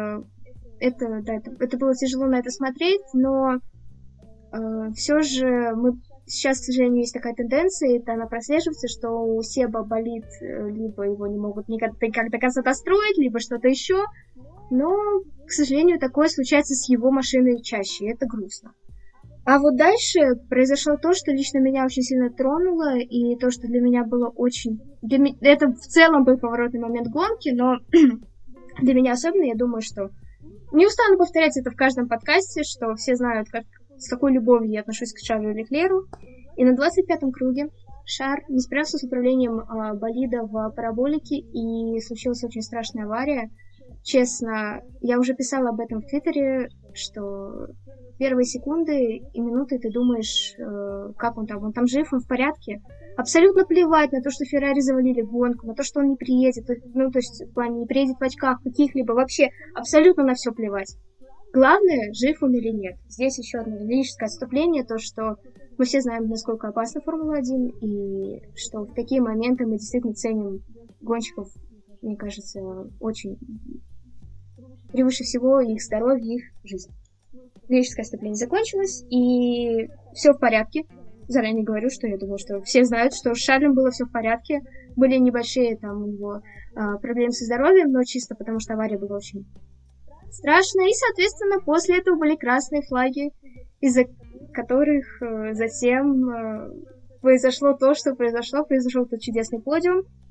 это было тяжело на это смотреть, но все же сейчас, к сожалению, есть такая тенденция, это она прослеживается, что у Себа болит, либо его не могут никак до конца достроить, либо что-то еще, но, к сожалению, такое случается с его машиной чаще, и это грустно. А вот дальше произошло то, что лично меня очень сильно тронуло, и то, что для меня было очень... Это в целом был поворотный момент гонки, но для меня особенно, я думаю, что... Не устану повторять это в каждом подкасте, что все знают, с какой любовью я отношусь к Шарлю Леклеру. И на 25-м круге Шарль не справился с управлением болида в параболике, и случилась очень страшная авария. Честно, я уже писала об этом в Твиттере, что первые секунды и минуты ты думаешь, как он там жив, он в порядке. Абсолютно плевать на то, что Феррари завалили гонку, на то, что он не приедет, ну, то есть, в плане, не приедет в очках каких-либо, вообще абсолютно на все плевать. Главное, жив он или нет. Здесь еще одно лирическое отступление, то, что мы все знаем, насколько опасна Формула-1, и что в такие моменты мы действительно ценим гонщиков, мне кажется, очень превыше всего их здоровье, их жизнь. Лирическое отступление закончилось, и все в порядке. Заранее говорю, что я думаю, что все знают, что с Шарлем было все в порядке. Были небольшие там у него проблемы со здоровьем, но чисто потому, что авария была очень страшная. И, соответственно, после этого были красные флаги, из-за которых затем произошло то, что произошло. Произошел тот чудесный подиум.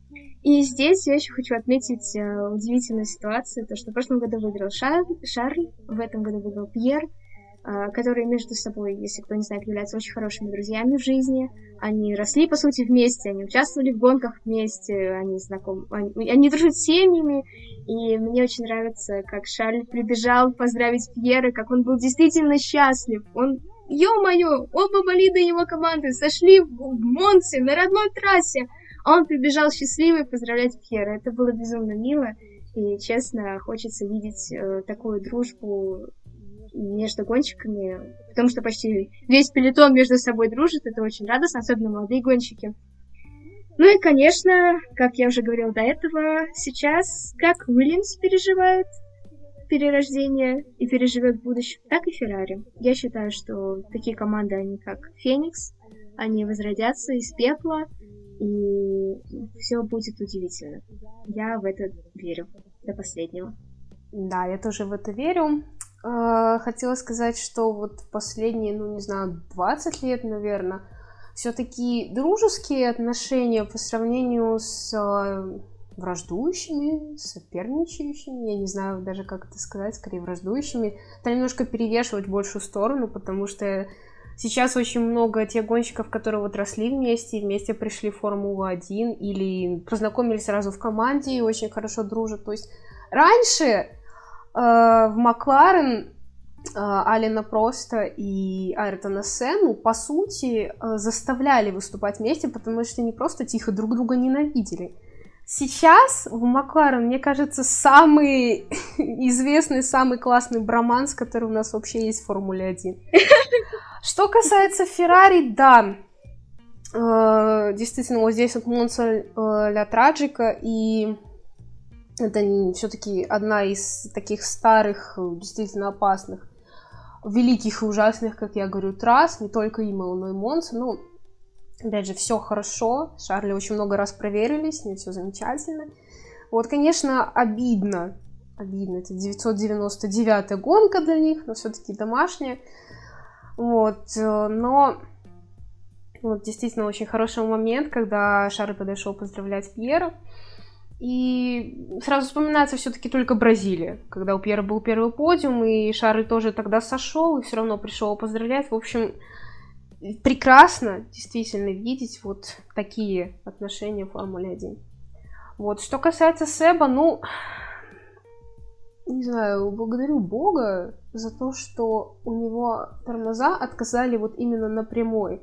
И здесь я еще хочу отметить удивительную ситуацию, то, что в прошлом году выиграл Шарль, в этом году выиграл Пьер, которые между собой, если кто не знает, являются очень хорошими друзьями в жизни. Они росли, по сути, вместе, они участвовали в гонках вместе, они знакомы, они дружат с семьями, и мне очень нравится, как Шарль прибежал поздравить Пьера, как он был действительно счастлив. Он, ё-моё, оба болида его команды сошли в Монце на родной трассе, а он прибежал счастливый поздравлять Пьера. Это было безумно мило, и, честно, хочется видеть такую дружбу между гонщиками, потому что почти весь пелотон между собой дружит, это очень радостно, особенно молодые гонщики. Ну и, конечно, как я уже говорила до этого, сейчас как Уильямс переживает перерождение и переживет в будущем, так и Феррари. Я считаю, что такие команды, они как Феникс, они возродятся из пепла, и все будет удивительно. Я в это верю до последнего. Да, я тоже в это верю. Хотела сказать, что вот последние, 20 лет, наверное, все-таки дружеские отношения по сравнению с враждующими, соперничающими, я не знаю даже, как это сказать, скорее враждующими, это немножко перевешивать в большую сторону, потому что сейчас очень много тех гонщиков, которые вот росли вместе пришли в Формулу-1 или познакомились сразу в команде и очень хорошо дружат. То есть раньше в Макларен Алена Проста и Айртона Сенну, по сути, заставляли выступать вместе, потому что они просто тихо друг друга ненавидели. Сейчас в Макларен, мне кажется, самый известный, самый классный броманс, который у нас вообще есть в Формуле 1. Что касается Феррари, да, действительно, вот здесь вот Монца ля Траджика, и это все-таки одна из таких старых, действительно опасных, великих и ужасных, как я говорю, трасс, не только Имола, но и Монца. Ну, опять же, все хорошо, Шарли очень много раз проверили, с ним все замечательно. Вот, конечно, обидно, это 999-я гонка для них, но все-таки домашняя. Вот, но вот действительно очень хороший момент, когда Шарль подошел поздравлять Пьера. И сразу вспоминается все-таки только Бразилия, когда у Пьера был первый подиум, и Шарль тоже тогда сошел, и все равно пришел поздравлять. В общем, прекрасно действительно видеть вот такие отношения в Формуле 1. Вот, что касается Себа, не знаю, благодарю Бога за то, что у него тормоза отказали вот именно на прямой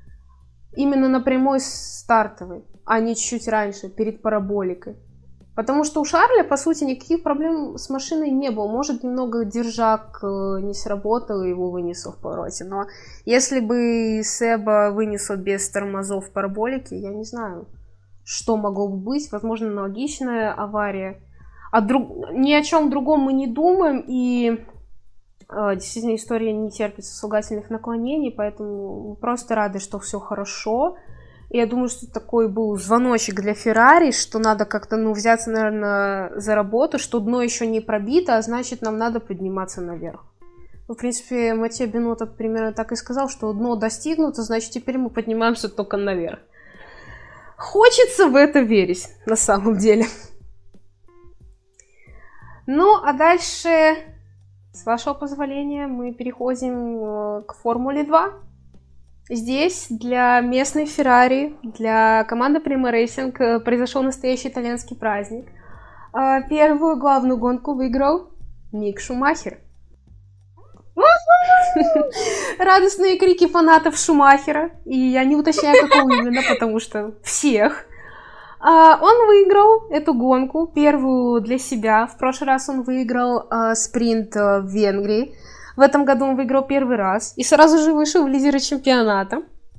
стартовой, а не чуть раньше, перед параболикой. Потому что у Шарля, по сути, никаких проблем с машиной не было. Может, немного держак не сработал, и его вынесло в повороте. Но если бы Себа вынесло без тормозов в параболике, я не знаю, что могло бы быть. Возможно, аналогичная авария. Ни о чем другом мы не думаем, и действительно история не терпит сослагательных наклонений, поэтому мы просто рады, что все хорошо. И я думаю, что такой был звоночек для Феррари, что надо как-то, взяться, наверное, за работу, что дно еще не пробито, а значит, нам надо подниматься наверх. В принципе, Матье Бинотто примерно так и сказал, что дно достигнуто, значит, теперь мы поднимаемся только наверх. Хочется в это верить, на самом деле. Ну, а дальше, с вашего позволения, мы переходим к Формуле 2. Здесь для местной Феррари, для команды Prima Racing произошел настоящий итальянский праздник. Первую главную гонку выиграл Мик Шумахер. Радостные крики фанатов Шумахера. И я не уточняю, какого именно, потому что всех. Он выиграл эту гонку, первую для себя. В прошлый раз он выиграл спринт в Венгрии. В этом году он выиграл первый раз и сразу же вышел в лидеры чемпионата.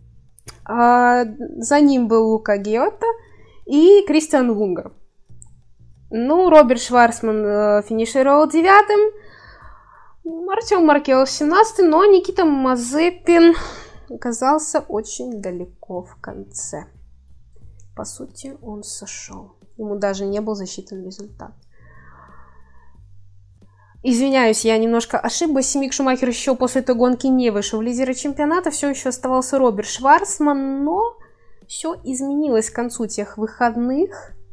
За ним был Лука Гиотто и Кристиан Лунгер. Роберт Шварцман финишировал 9-м, Артем Маркелов 17-м, но Никита Мазепин оказался очень далеко в конце. По сути, он сошел. Ему даже не был засчитан результат. Извиняюсь, я немножко ошиблась. Мик Шумахер еще после этой гонки не вышел в лидеры чемпионата. Все еще оставался Роберт Шварцман, но все изменилось к концу тех выходных.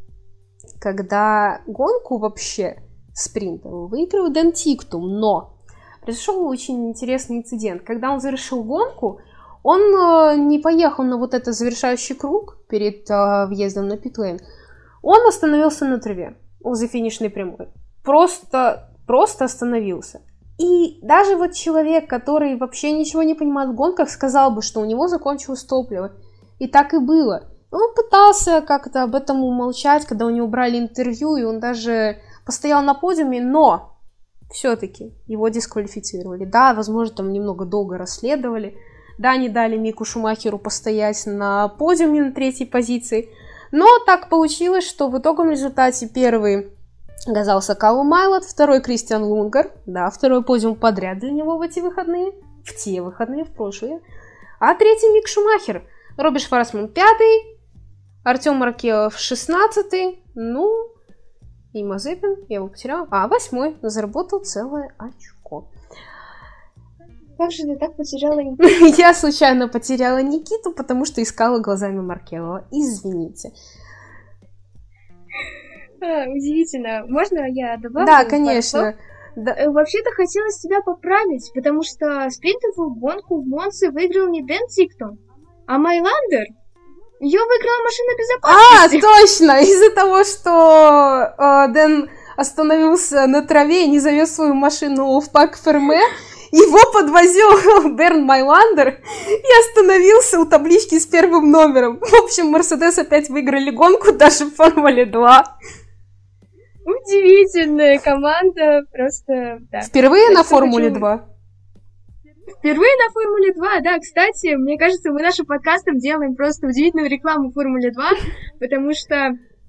когда гонку вообще спринтовую выиграл Дэн Тиктум, но произошел очень интересный инцидент. Когда он завершил гонку, он не поехал на вот этот завершающий круг перед въездом на питлейн, он остановился на траве возле финишной прямой. Просто остановился. И даже вот человек, который вообще ничего не понимает в гонках, сказал бы, что у него закончилось топливо. И так и было. Он пытался как-то об этом умолчать, когда у него брали интервью, и он даже постоял на подиуме, но все-таки его дисквалифицировали. Да, возможно, там немного долго расследовали. Да, не дали Мику Шумахеру постоять на подиуме на 3-й позиции. Но так получилось, что в итоговом результате первый оказался Калум Айлот, второй Кристиан Лунгар. Да, второй подиум подряд для него в эти выходные. В прошлые. А третий Мик Шумахер. Робби Шварцман 5-й, Артем Маркелов 16-й, ну, и Мазепин, я его потеряла, 8-й, заработал целое очко. Как же ты так потеряла Никиту? Я случайно потеряла Никиту, потому что искала глазами Маркелова. Извините. Удивительно. Можно я добавлю? Да, конечно. Да. Вообще-то хотелось тебя поправить, потому что спринтовую гонку в Монце выиграл не Дэн Тиктум, а Майландер. Ее выиграла машина безопасности. Точно! Из-за того, что Дэн остановился на траве и не завез свою машину в Пак Ферме, его подвозил Берн Майландер и остановился у таблички с первым номером. В общем, Мерседес опять выиграли гонку даже в Формуле 2. Удивительная команда, просто... Да. Впервые на Формуле 2? Впервые на Формуле 2, да. Кстати, мне кажется, мы нашим подкастом делаем просто удивительную рекламу Формуле 2, потому что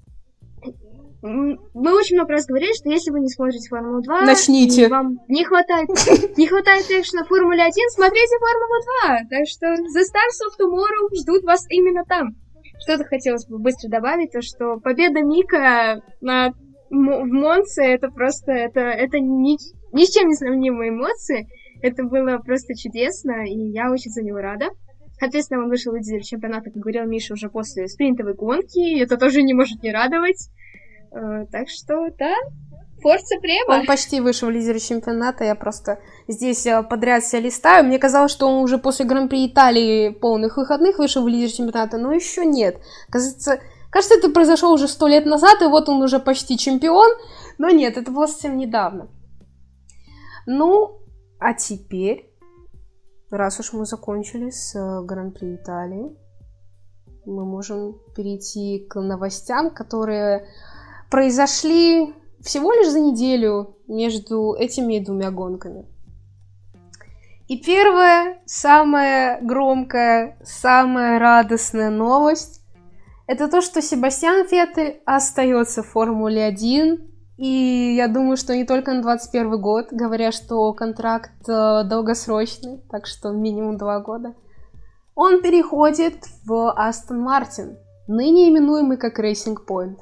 мы очень много раз говорили, что если вы не смотрите Формулу 2, начните. И вам не хватает экшена в Формуле 1, смотрите Формулу 2. Так что The Stars of Tomorrow ждут вас именно там. Что-то хотелось бы быстро добавить, то что победа Мика в Монце, это просто, это ни с чем не сравнимые эмоции. Это было просто чудесно, и я очень за него рада. Соответственно, он вышел лидер чемпионата, как говорил Миша, уже после спринтовой гонки, и это тоже не может не радовать. Так что, да, Форца Према. Он почти вышел лидер чемпионата, я просто здесь подряд себя листаю. Мне казалось, что он уже после Гран-при Италии полных выходных вышел в лидер чемпионата, но еще нет. Кажется, это произошло уже 100 лет назад, и вот он уже почти чемпион. Но нет, это было совсем недавно. Ну, а теперь, раз уж мы закончили с Гран-при Италии, мы можем перейти к новостям, которые произошли всего лишь за неделю между этими двумя гонками. И первая, самая громкая, самая радостная новость — это то, что Себастьян Феттель остается в Формуле 1. И я думаю, что не только на 2021 год, говоря, что контракт долгосрочный, так что минимум 2 года, он переходит в Астон Мартин, ныне именуемый как Racing Point.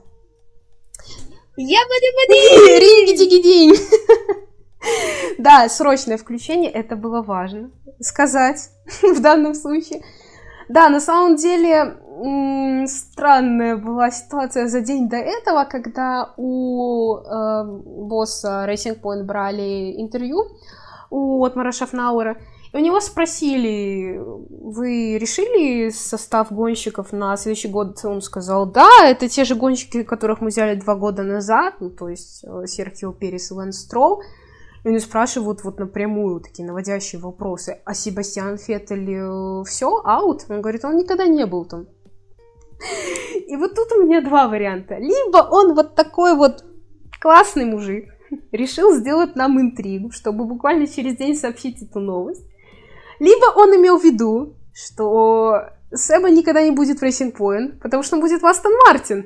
Ринги-тиги-динь! Да, срочное включение, это было важно сказать в данном случае. Да, на самом деле странная была ситуация за день до этого, когда у босса Racing Point брали интервью у Отмара Шафнауэра, и у него спросили: вы решили состав гонщиков на следующий год? Он сказал: да, это те же гонщики, которых мы взяли 2 года назад, ну, то есть Серхио Перес и Лэнс Строул. И они спрашивают вот напрямую такие наводящие вопросы: а Себастьян Феттель все, аут? Он говорит: он никогда не был там. И вот тут у меня 2 варианта. Либо он вот такой вот классный мужик, решил сделать нам интригу, чтобы буквально через день сообщить эту новость. Либо он имел в виду, что Себа никогда не будет в Racing Point, потому что он будет в Астон Мартин.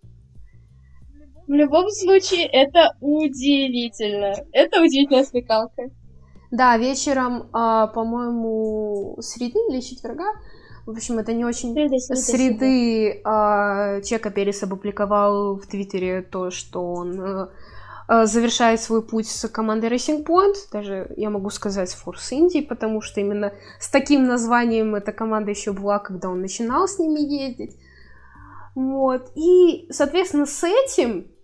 В любом случае, это удивительно. Это удивительная смекалка. Да, вечером, по-моему, среды или четверга, в общем, это не очень... Среды Чеко Перес опубликовал в Твиттере то, что он завершает свой путь с командой Racing Point. Даже я могу сказать Force Indy, потому что именно с таким названием эта команда еще была, когда он начинал с ними ездить. Вот. И, соответственно, с этим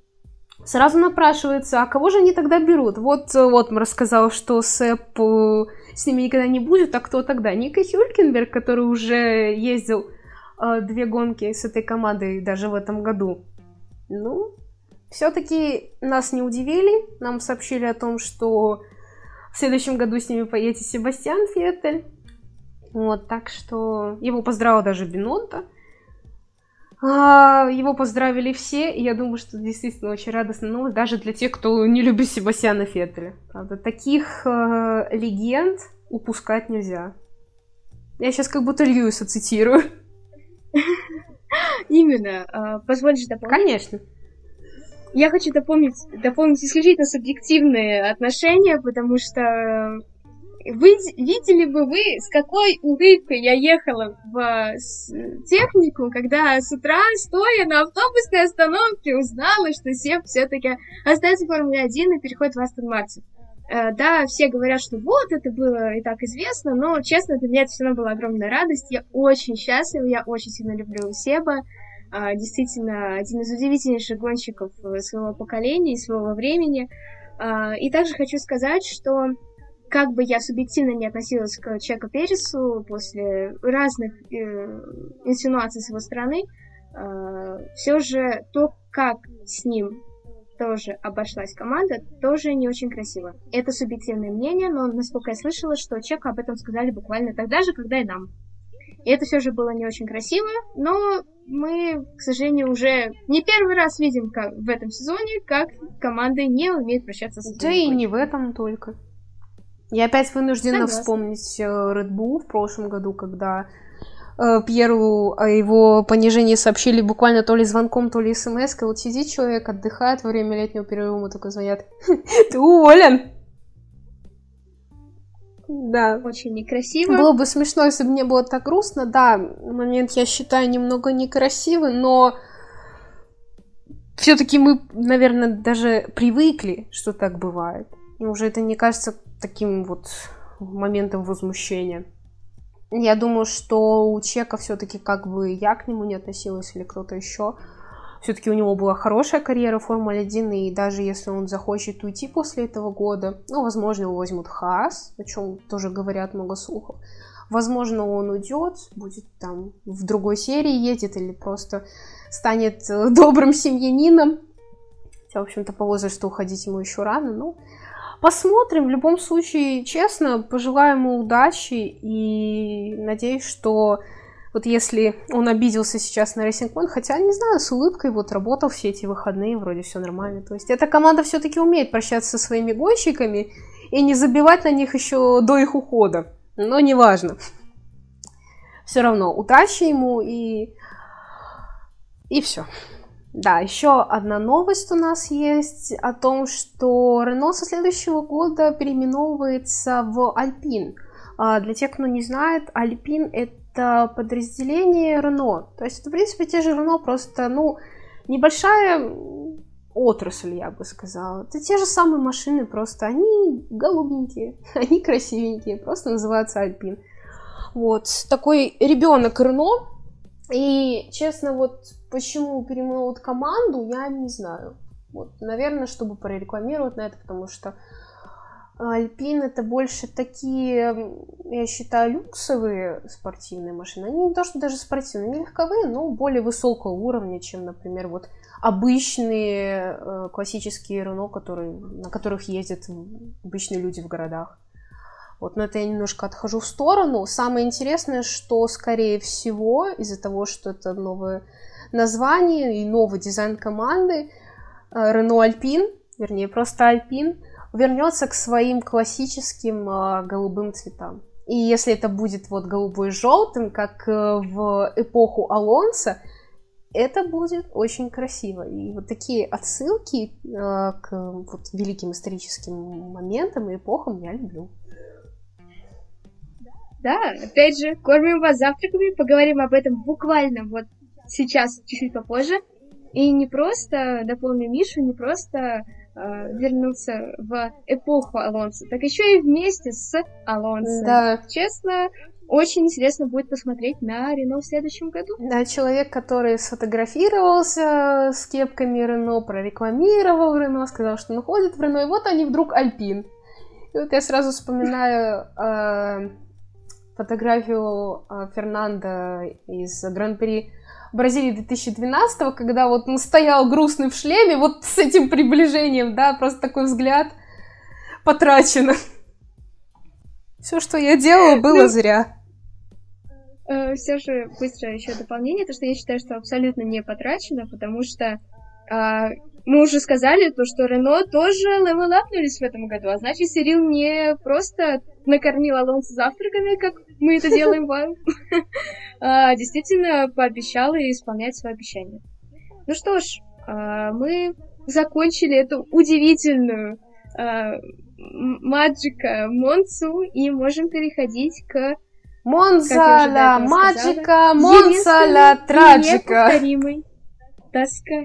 Сразу напрашивается, а кого же они тогда берут? Вот рассказал, что Сэп с ними никогда не будет, а кто тогда? Ника Хюлькенберг, который уже ездил 2 гонки с этой командой даже в этом году. Ну, все-таки нас не удивили. Нам сообщили о том, что в следующем году с ними поедет Себастьян Феттель. Вот, так что его поздравил даже Бинотто. Его поздравили все, и я думаю, что это действительно очень радостная новость, даже для тех, кто не любит Себастьяна Феттеля. Правда, таких легенд упускать нельзя. Я сейчас как будто Льюиса цитирую. Именно. Позволишь дополнить? Конечно. Я хочу дополнить исключительно субъективные отношения, потому что видели бы вы, с какой улыбкой я ехала в технику, когда с утра, стоя на автобусной остановке, узнала, что Себ все-таки остается в Формуле 1 и переходит в Астон Мартин. Да, все говорят, что вот, это было и так известно, но, честно, для меня это все равно была огромная радость. Я очень счастлива, я очень сильно люблю Себа. Действительно, один из удивительнейших гонщиков своего поколения и своего времени. И также хочу сказать, что как бы я субъективно не относилась к Чеко Пересу после разных инсинуаций с его стороны, все же то, как с ним тоже обошлась команда, тоже не очень красиво. Это субъективное мнение, но, насколько я слышала, что Чеко об этом сказали буквально тогда же, когда и нам. И это все же было не очень красиво, но мы, к сожалению, уже не первый раз видим как в этом сезоне, как команды не умеют прощаться с Да и не в этом только. Я опять вынуждена вспомнить Red Bull в прошлом году, когда Пьеру о его понижении сообщили буквально то ли звонком, то ли смс-кой. Вот сидит человек, отдыхает во время летнего перерыва, ему только звонят: ты уволен! Да. Очень некрасиво. Было бы смешно, если бы не было так грустно. Да, момент, я считаю, немного некрасивый, но все-таки мы, наверное, даже привыкли, что так бывает. И уже это не кажется таким вот моментом возмущения. Я думаю, что у Чека все-таки, как бы я к нему не относилась или кто-то еще, все-таки у него была хорошая карьера в Формуле 1, и даже если он захочет уйти после этого года, ну, возможно, его возьмут Хаас, о чем тоже говорят много слухов. Возможно, он уйдет, будет там в другой серии едет или просто станет добрым семьянином. Хотя, в общем-то, по возрасту уходить ему еще рано, но посмотрим. В любом случае, честно, пожелаю ему удачи и надеюсь, что вот если он обиделся сейчас на Racing Point, хотя, не знаю, с улыбкой вот работал все эти выходные, вроде все нормально. То есть эта команда все-таки умеет прощаться со своими гонщиками и не забивать на них еще до их ухода. Но неважно. Все равно удачи ему и все. Да, еще одна новость у нас есть о том, что Рено со следующего года переименовывается в Альпин. Для тех, кто не знает, Альпин — это подразделение Рено. То есть это, в принципе, те же Рено, просто, небольшая отрасль, я бы сказала. Это те же самые машины, просто они голубенькие, они красивенькие, просто называются Альпин. Вот, такой ребенок Рено. И, честно, вот почему переименовывают команду, я не знаю. Вот, наверное, чтобы прорекламировать на это, потому что Альпин — это больше такие, я считаю, люксовые спортивные машины. Они не то, что даже спортивные, они легковые, но более высокого уровня, чем, например, вот обычные классические Рено, на которых ездят обычные люди в городах. Вот, но это я немножко отхожу в сторону. Самое интересное, что, скорее всего, из-за того, что это новое название и новый дизайн команды, Renault Alpine, вернее, просто Alpine, вернется к своим классическим голубым цветам. И если это будет вот голубой с желтым, как в эпоху Алонсо, это будет очень красиво. И вот такие отсылки к вот великим историческим моментам и эпохам я люблю. Да, опять же, кормим вас завтраками, поговорим об этом буквально вот сейчас, чуть-чуть попозже. И не просто, дополню Мишу, не просто вернуться в эпоху Алонсо, так еще и вместе с Алонсо. Да. Честно, очень интересно будет посмотреть на Рено в следующем году. Да, человек, который сфотографировался с кепками Рено, прорекламировал Рено, сказал, что он ходит в Рено, и вот они вдруг Альпин. И вот я сразу вспоминаю фотографию Фернандо из Гран-при Бразилии 2012, когда вот он стоял грустный в шлеме, вот с этим приближением, да, просто такой взгляд потрачено. Все, что я делала, было зря. Все же быстро еще дополнение, то что я считаю, что абсолютно не потрачено, потому что мы уже сказали, то, что Рено тоже левелапнулись в этом году, а значит, Сирил не просто накормил Алонсо завтраками, как мы это делаем вам, а действительно пообещал и исполняет свои обещания. Ну что ж, мы закончили эту удивительную Маджика Монцу и можем переходить к Монза ла Маджика, Монза ла Траджика. Неповторимой Тоска.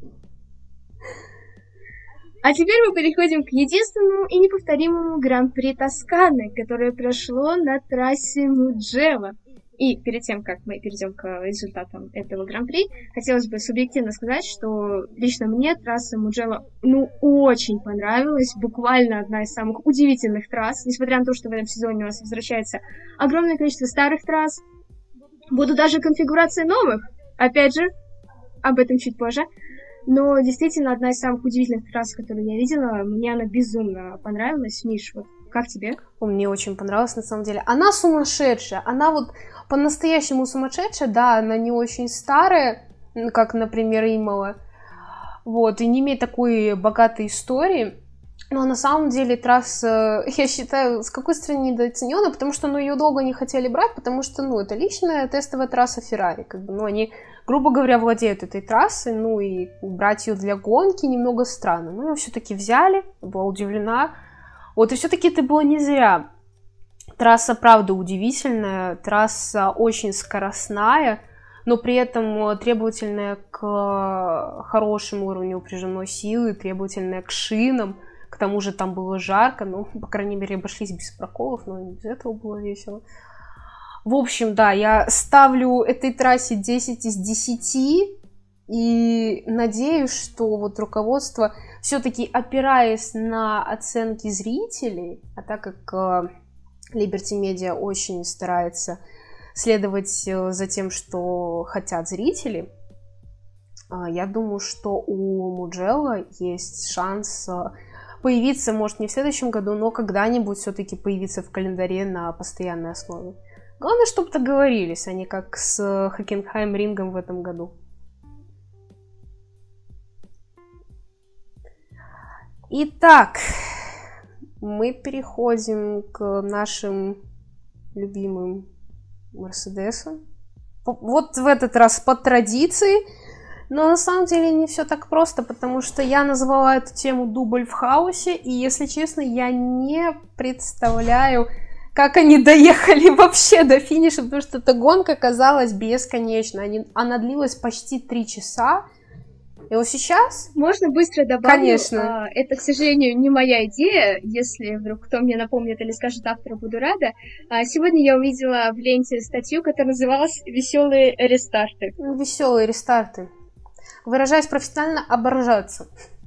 А теперь мы переходим к единственному и неповторимому Гран-при Тосканы, которое прошло на трассе Муджело. И перед тем, как мы перейдем к результатам этого Гран-при, хотелось бы субъективно сказать, что лично мне трасса Муджело, очень понравилась. Буквально одна из самых удивительных трасс. Несмотря на то, что в этом сезоне у нас возвращается огромное количество старых трасс. Будут даже конфигурации новых. Опять же, об этом чуть позже. Но действительно одна из самых удивительных трасс, которую я видела. Мне она безумно понравилась. Миш, вот как тебе? Мне очень понравилась, на самом деле. Она сумасшедшая. Она вот по-настоящему сумасшедшая. Да, она не очень старая, как, например, Имола. Вот, и не имеет такой богатой истории. Но на самом деле трасса, я считаю, с какой стороны недооценена, потому что, ее долго не хотели брать, потому что, это личная тестовая трасса Феррари, они, грубо говоря, владеют этой трассой, и брать ее для гонки немного странно. Но ее все-таки взяли, была удивлена. Вот, и все-таки это было не зря. Трасса, правда, удивительная, трасса очень скоростная, но при этом требовательная к хорошему уровню упряженной силы, требовательная к шинам. К тому же там было жарко, по крайней мере, обошлись без проколов, но и без этого было весело. В общем, да, я ставлю этой трассе 10 из 10 и надеюсь, что вот руководство, все-таки опираясь на оценки зрителей, а так как Liberty Media очень старается следовать за тем, что хотят зрители, я думаю, что у Муджело есть шанс появиться, может, не в следующем году, но когда-нибудь все-таки появиться в календаре на постоянной основе. Главное, чтобы договорились, а не как с Хокенхайм-рингом в этом году. Итак, мы переходим к нашим любимым Мерседесам. Вот в этот раз по традиции. Но на самом деле не все так просто, потому что я назвала эту тему «Дубль в хаосе», и, если честно, я не представляю, как они доехали вообще до финиша, потому что эта гонка казалась бесконечной. Она длилась почти 3 часа, и вот сейчас... Можно быстро добавить? Конечно. Это, к сожалению, не моя идея. Если вдруг кто мне напомнит или скажет автору, буду рада. Сегодня я увидела в ленте статью, которая называлась «Веселые рестарты». Веселые рестарты. Выражаясь профессионально, оборжаться.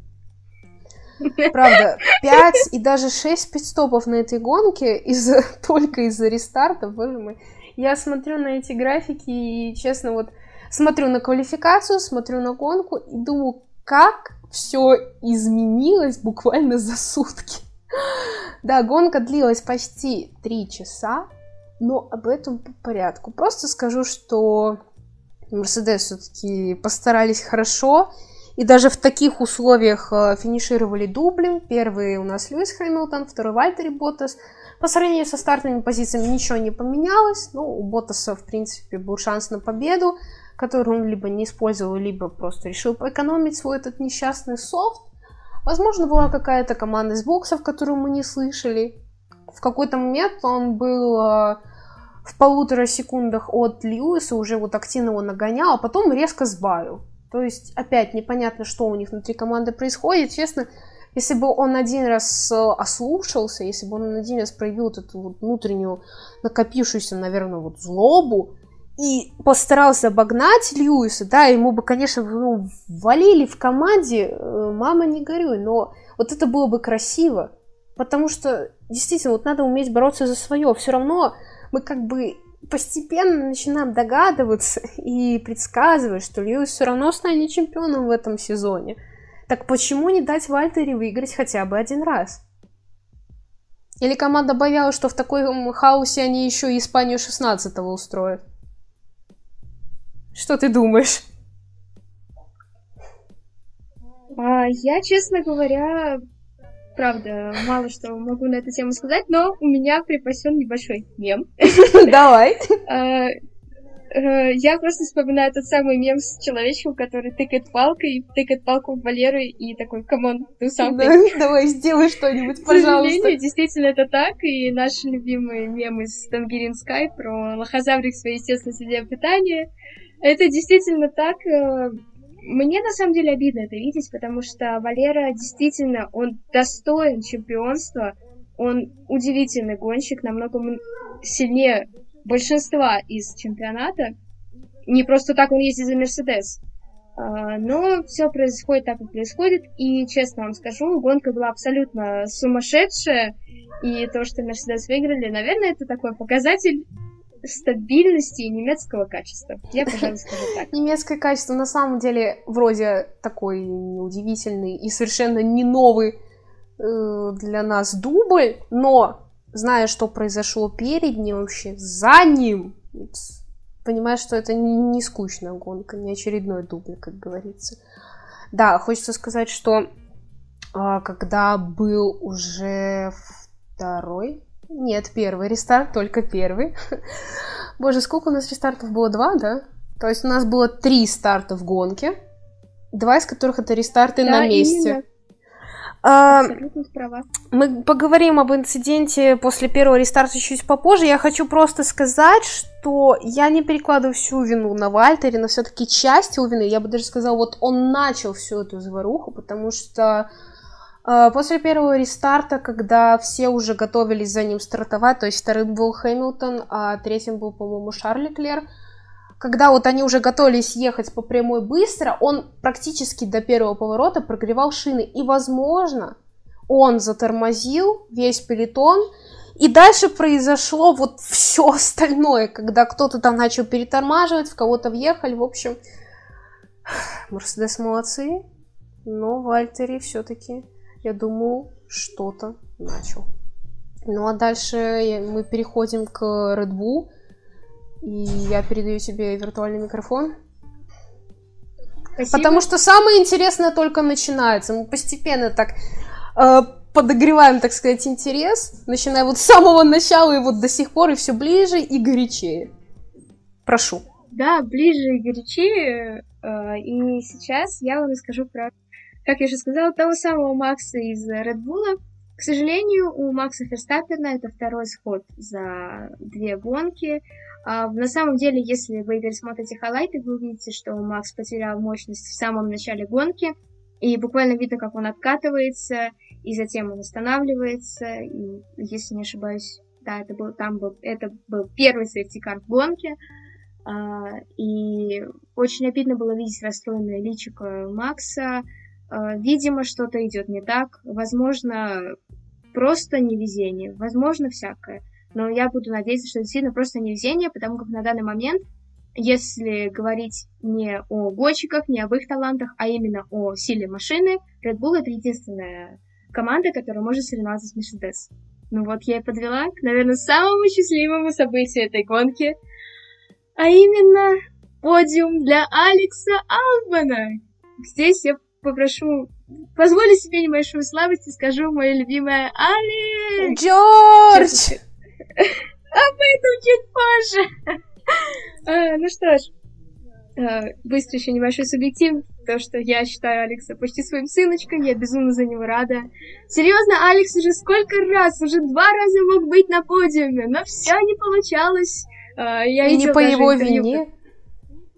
Правда, 5 и даже 6 пит-стопов на этой гонке только из-за рестартов, боже мой. Я смотрю на эти графики и, честно, вот смотрю на квалификацию, смотрю на гонку и думаю, как все изменилось буквально за сутки. Да, гонка длилась почти 3 часа, но об этом по порядку. Просто скажу, что Мерседес все-таки постарались хорошо, и даже в таких условиях финишировали дубли. Первый у нас Льюис Хэмилтон, второй Вальтери Боттас. По сравнению со стартовыми позициями ничего не поменялось. У Боттаса, в принципе, был шанс на победу, который он либо не использовал, либо просто решил поэкономить свой этот несчастный софт. Возможно, была какая-то команда из боксов, которую мы не слышали. В какой-то момент он был в 1,5 секундах от Льюиса, уже вот активно его нагонял, а потом резко сбавил. То есть опять непонятно, что у них внутри команды происходит. Честно, Если бы он один раз ослушался, если бы он один раз проявил вот эту вот внутреннюю накопившуюся, наверное, вот злобу и постарался обогнать Льюиса, да, ему бы, конечно, валили в команде, мама не горюй, но вот это было бы красиво, потому что действительно вот надо уметь бороться за свое. Все равно мы как бы постепенно начинаем догадываться и предсказывать, что Льюис все равно станет чемпионом в этом сезоне. Так почему не дать Вальтери выиграть хотя бы один раз? Или команда боялась, что в таком хаосе они еще и Испанию 16-го устроят? Что ты думаешь? Я, честно говоря, правда, мало что могу на эту тему сказать, но у меня припасен небольшой мем. Давай. Я просто вспоминаю тот самый мем с человечком, который тыкает палку в Валеру и такой, камон, do something. Давай, сделай что-нибудь, пожалуйста. К сожалению, действительно это так, и наши любимые мемы с Тангерин Скай про лохозаврик своей естественной среде питания, это действительно так. Мне на самом деле обидно это видеть, потому что Валера действительно, он достоин чемпионства, он удивительный гонщик, намного сильнее большинства из чемпионата. Не просто так он ездит за Мерседес. Но все происходит так, как происходит. И, честно вам скажу, гонка была абсолютно сумасшедшая. И то, что Мерседес выиграли, наверное, это такой показатель стабильности и немецкого качества. Я, пожалуй, скажу так. Немецкое качество на самом деле вроде такой удивительный и совершенно не новый для нас дубль, но зная, что произошло перед ним, вообще за ним, понимаешь, что это не скучная гонка, не очередной дубль, как говорится. Да, хочется сказать, что когда был уже первый рестарт, только первый. Боже, сколько у нас рестартов было? 2, да? То есть у нас было 3 старта в гонке, 2 из которых это рестарты на месте. Именно. Абсолютно права. Мы поговорим об инциденте после первого рестарта чуть попозже. Я хочу просто сказать, что я не перекладываю всю вину на Вальтери, но все-таки часть его вины, я бы даже сказала, вот он начал всю эту заваруху, потому что после первого рестарта, когда все уже готовились за ним стартовать, то есть вторым был Хэмилтон, а третьим был, по-моему, Шарль Леклер, когда вот они уже готовились ехать по прямой быстро, он практически до первого поворота прогревал шины. И, возможно, он затормозил весь пелотон. И дальше произошло вот все остальное, когда кто-то там начал перетормаживать, в кого-то въехали. В общем, Мерседес молодцы, но Вальтери все-таки, я думаю, что-то начал. Ну а дальше мы переходим к Red Bull. И я передаю тебе виртуальный микрофон. Спасибо. Потому что самое интересное только начинается. Мы постепенно так подогреваем, так сказать, интерес, начиная вот с самого начала и вот до сих пор, и все ближе и горячее. Прошу. Да, ближе и горячее. И сейчас я вам расскажу про, как я уже сказала, того самого Макса из Red Bull. К сожалению, у Макса Ферстаппена это второй сход за 2 гонки. На самом деле, если вы пересмотрите хайлайты, вы увидите, что Макс потерял мощность в самом начале гонки, и буквально видно, как он откатывается, и затем он останавливается, и, если не ошибаюсь, да, это был первый сейфтикар в гонке, и очень обидно было видеть расстроенное личико Макса. Видимо, что-то идет не так, возможно, просто невезение, возможно, всякое. Но я буду надеяться, что это действительно просто невезение, потому как на данный момент, если говорить не о гонщиках, не об их талантах, а именно о силе машины, Red Bull — это единственная команда, которая может соревноваться с Mercedes. Ну вот, я и подвела к, наверное, самому счастливому событию этой гонки, а именно подиум для Алекса Албона. Здесь я попрошу позволить себе небольшую слабость и скажу мое любимое Алекс! Джордж! Об этом чуть позже. Ну что ж, быстро еще небольшой субъектив. То, что я считаю Алекса почти своим сыночком, я безумно за него рада. Серьезно, Алекс уже сколько раз, уже 2 раза мог быть на подиуме, но все не получалось. Я и не по его вине.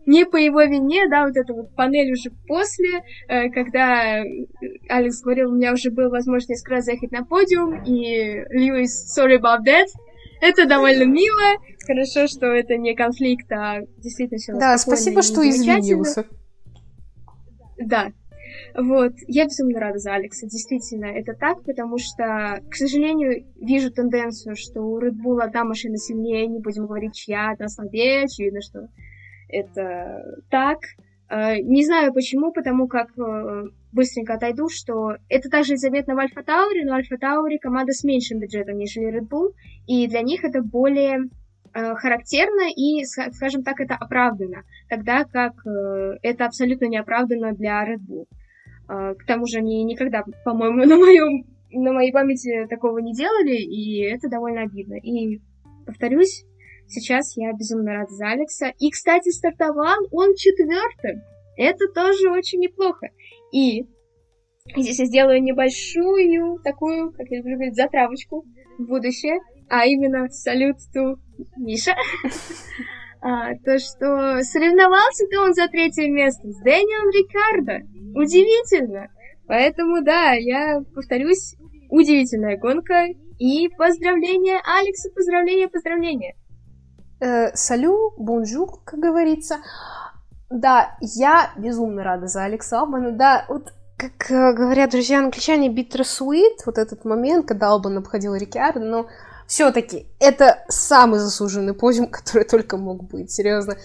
не по его вине, да, вот эта вот панель уже после, когда Алекс говорил, у меня уже была возможность несколько раз заехать на подиум, и Льюис, sorry about that. Это довольно мило. Хорошо, что это не конфликт, а действительно все да, спасибо, что извинился. Да. Вот, я безумно рада за Алекса, действительно, это так, потому что, к сожалению, вижу тенденцию, что у Red Bull одна машина сильнее, не будем говорить, чья, одна слабее, очевидно, что это так. Не знаю почему, потому как быстренько отойду, что это также заметно в Альфа Таури, но Альфа Таури команда с меньшим бюджетом, нежели Red Bull, и для них это более характерно и, скажем так, это оправдано, тогда как это абсолютно не оправдано для Red Bull. К тому же они никогда, по-моему, на моей памяти такого не делали, и это довольно обидно. И, повторюсь, сейчас я безумно рада за Алекса. И, кстати, стартовал он 4-м. Это тоже очень неплохо. И здесь я сделаю небольшую такую, как я люблю говорить, затравочку в будущее. А именно, салют ту Миша. То, что соревновался-то он за 3-е место с Дэниелом Рикардо. Удивительно. Поэтому, да, я повторюсь, удивительная гонка. И поздравления, Алексу, поздравления. Салю, бонжур, как говорится. Да, я безумно рада за Алекса Албана. Да, вот как говорят друзья-англичане, bittersweet, вот этот момент, когда Албан обходил Рикардо, но все-таки это самый заслуженный подиум, который только мог быть, серьезно.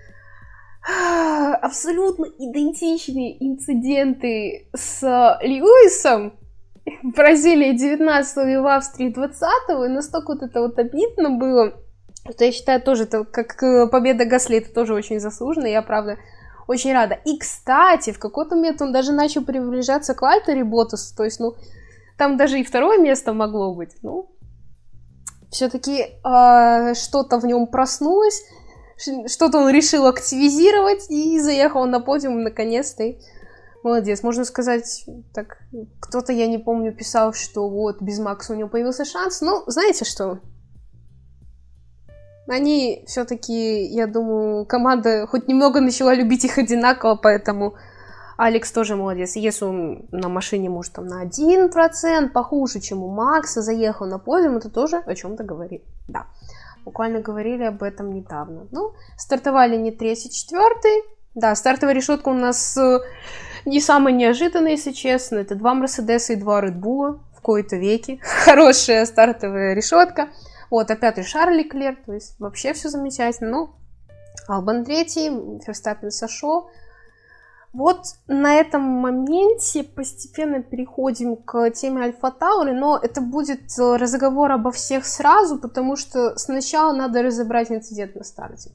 Абсолютно идентичные инциденты с Льюисом в Бразилии 19-го и в Австрии 20-го, и настолько вот это вот обидно было, что я считаю тоже, это, как победа Гасли, это тоже очень заслуженно, я, правда, очень рада. И, кстати, в какой-то момент он даже начал приближаться к Вальтеру Боттасу, то есть, ну, там даже и 2-е место могло быть, ну, все-таки что-то в нем проснулось, что-то он решил активизировать и заехал на подиум наконец-то. И молодец. Можно сказать, так, кто-то, я не помню, писал, что вот без Макса у него появился шанс. Ну, знаете что? Они все-таки, я думаю, команда хоть немного начала любить их одинаково, поэтому Алекс тоже молодец. Если он на машине, может, там на 1% похуже, чем у Макса, заехал на подиум, это тоже о чем-то говорит. Да, буквально говорили об этом недавно. Ну, стартовали не 3-й, 4-й. Да, стартовая решетка у нас не самая неожиданная, если честно. Это 2 Мерседеса и 2 Red Bull в кои-то веки. Хорошая стартовая решетка. Вот, а 5-й Шарль Леклер, то есть вообще все замечательно. Ну, Албан 3-й, Ферстаппен сошел. Вот на этом моменте постепенно переходим к теме Альфа Таури, но это будет разговор обо всех сразу, потому что сначала надо разобрать инцидент на старте.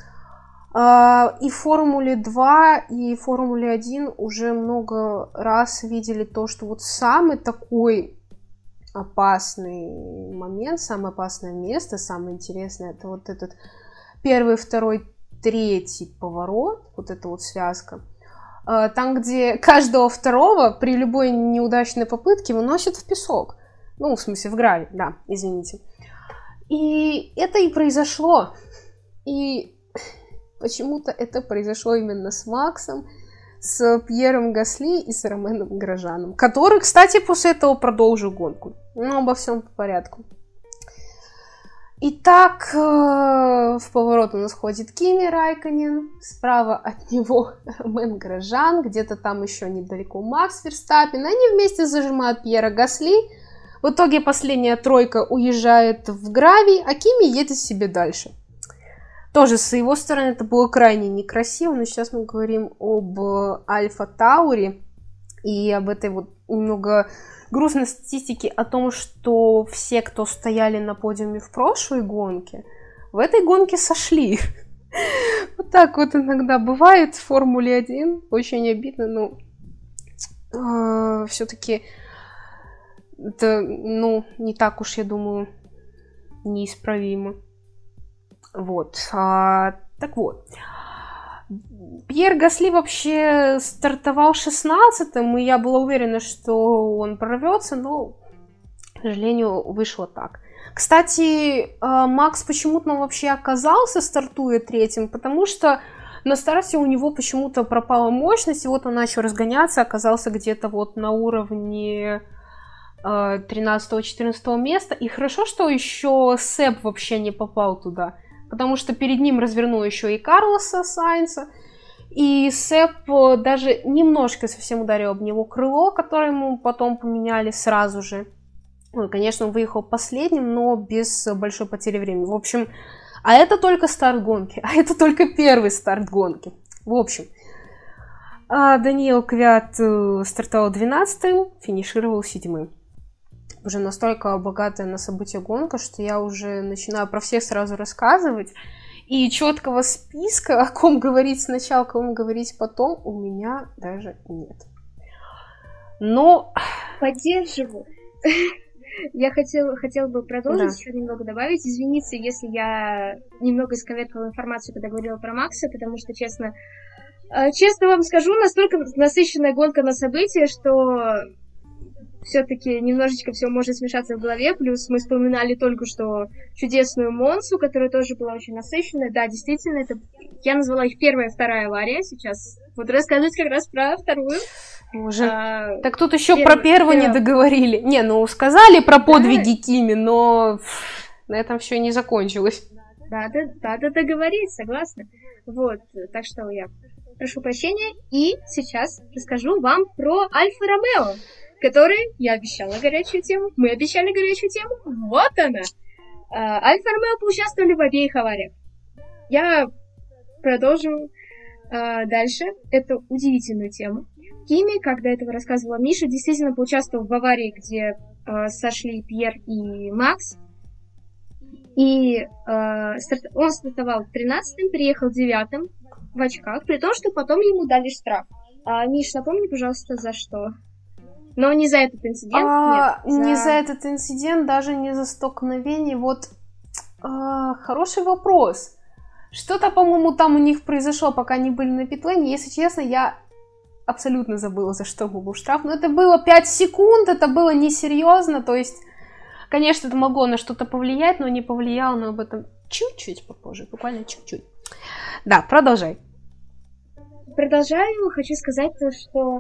И в Формуле 2, и в Формуле 1 уже много раз видели то, что вот самый такой опасный момент, самое опасное место, самое интересное, это вот этот 1-й, 2-й, 3-й поворот, вот эта вот связка. Там, где каждого второго при любой неудачной попытке выносят в песок. Ну, в смысле, в гравий, да, извините. И это и произошло. И почему-то это произошло именно с Максом, с Пьером Гасли и с Роменом Грожаном, который, кстати, после этого продолжил гонку. Но обо всем по порядку. Итак, в поворот у нас ходит Кими Райконен, справа от него Ромен Грожан, где-то там еще недалеко Макс Ферстаппен. Они вместе зажимают Пьера Гасли. В итоге последняя тройка уезжает в гравий, а Кими едет себе дальше. Тоже с его стороны это было крайне некрасиво, но сейчас мы говорим об Альфа Таури и об этой вот немного грустной статистике о том, что все, кто стояли на подиуме в прошлой гонке, в этой гонке сошли. Вот так вот иногда бывает в Формуле 1. Очень обидно, но все-таки это, ну, не так уж, я думаю, неисправимо. Вот. Так вот. Пьер Гасли вообще стартовал 16-м, и я была уверена, что он прорвется, но, к сожалению, вышло так. Кстати, Макс почему-то вообще оказался, стартуя 3-м, потому что на старте у него почему-то пропала мощность, и вот он начал разгоняться, оказался где-то вот на уровне 13-14 места. И хорошо, что еще Сэп вообще не попал туда, потому что перед ним развернул еще и Карлоса Сайнса, и Сэп даже немножко совсем ударил об него крыло, которое ему потом поменяли сразу же. Ну, конечно, он выехал последним, но без большой потери времени. В общем, а это только старт гонки, а это только первый старт гонки. В общем, Даниил Квят стартовал 12-м, финишировал 7-м. Уже настолько богатая на события гонка, что я уже начинаю про всех сразу рассказывать. И четкого списка, о ком говорить сначала, о ком говорить потом, у меня даже нет. Но... Поддерживаю. Я хотела бы продолжить, еще немного добавить. Извиниться, если я немного исковеркала информацию, когда говорила про Макса, потому что, честно вам скажу, настолько насыщенная гонка на события, что все-таки немножечко все может смешаться в голове. Плюс мы вспоминали только что чудесную Монсу, которая тоже была очень насыщенная. Да, действительно, это я назвала их первая и вторая авария. Сейчас буду рассказывать как раз про вторую. Уже. Так тут еще про первую не договорили. Не, ну сказали про подвиги Кими, но на этом все не закончилось. Да, договорились, согласна. Вот, так что я прошу прощения. И сейчас расскажу вам про Альфа Ромео, который я обещала горячую тему. Мы обещали горячую тему. Вот она. Альфа Ромео поучаствовали в обеих авариях. Я продолжу дальше эту удивительную тему. Кими, когда этого рассказывала Миша, действительно поучаствовал в аварии, где сошли Пьер и Макс. И он стартовал 13-м, приехал 9-м в очках, при том, что потом ему дали штраф. Миш, напомни, пожалуйста, за что? Но не за этот инцидент, нет. Не за этот инцидент, даже не за столкновение. Вот хороший вопрос. Что-то, по-моему, там у них произошло, пока они были на питлейне. Если честно, я абсолютно забыла, за что был штраф. Но это было 5 секунд, это было несерьезно. То есть, конечно, это могло на что-то повлиять, но не повлияло, но об этом чуть-чуть попозже, буквально чуть-чуть. Да, продолжай. Продолжаю. Хочу сказать то, что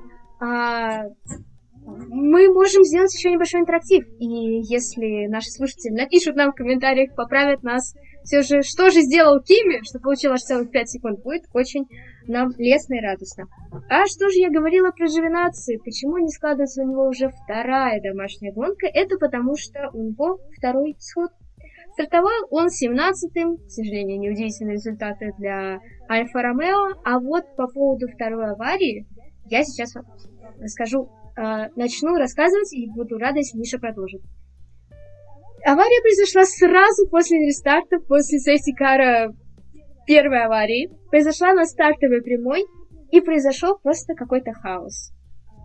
мы можем сделать еще небольшой интерактив. И если наши слушатели напишут нам в комментариях, поправят нас, все же, что же сделал Кими, что получил аж целых 5 секунд, будет очень нам лестно и радостно. А что же я говорила про Живинаци? Почему не складывается у него уже вторая домашняя гонка? Это потому, что у него второй сход. Стартовал он 17-м, к сожалению, неудивительные результаты для Альфа Ромео. А вот по поводу второй аварии я сейчас вам расскажу. Начну рассказывать и буду рада, если Миша продолжит. Авария произошла сразу после рестарта, после сейфти-кара первой аварии. Произошла на стартовой прямой, и произошел просто какой-то хаос.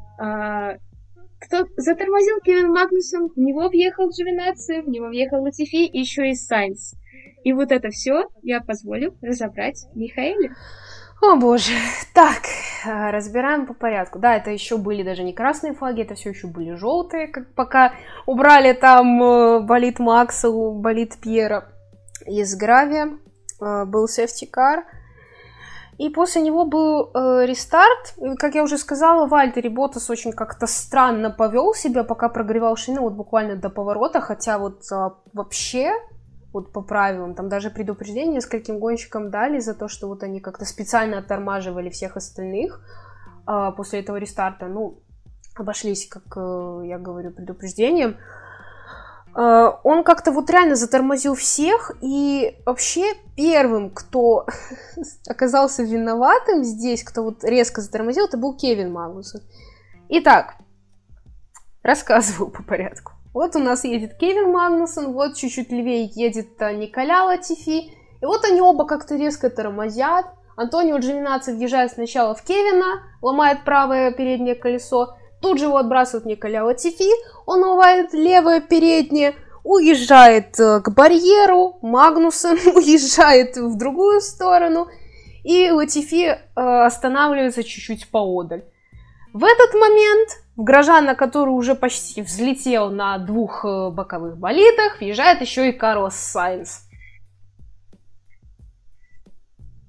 Кто затормозил Кевин Магнусон, в него въехал Джовинаци, в него въехал Латифи, и еще и Сайнс. И вот это все я позволю разобрать Михаэле. О боже. Так, разбираем по порядку. Да, это еще были даже не красные флаги, это все еще были желтые, как пока убрали там болид Макса, болид Пьера из гравия. Был сейфти-кар. И после него был рестарт. Как я уже сказала, Вальтери Ботас очень как-то странно повел себя, пока прогревал шины, вот буквально до поворота, хотя вот вообще... Вот по правилам, там даже предупреждение нескольким гонщикам дали за то, что вот они как-то специально оттормаживали всех остальных после этого рестарта. Ну, обошлись, как я говорю, предупреждением. Он как-то вот реально затормозил всех, и вообще первым, кто оказался виноватым здесь, кто вот резко затормозил, это был Кевин Магнусон. Итак, рассказываю по порядку. Вот у нас едет Кевин Магнусон, вот чуть-чуть левее едет Николя Латифи. И вот они оба как-то резко тормозят. Антонио Джовинаци въезжает сначала в Кевина, ломает правое переднее колесо. Тут же его отбрасывает Николя Латифи. Он ломает левое переднее, уезжает к барьеру. Магнусон уезжает в другую сторону. И Латифи останавливается чуть-чуть поодаль. В этот момент в Грожана, который уже почти взлетел на двух боковых болидах, въезжает еще и Карлос Сайнс.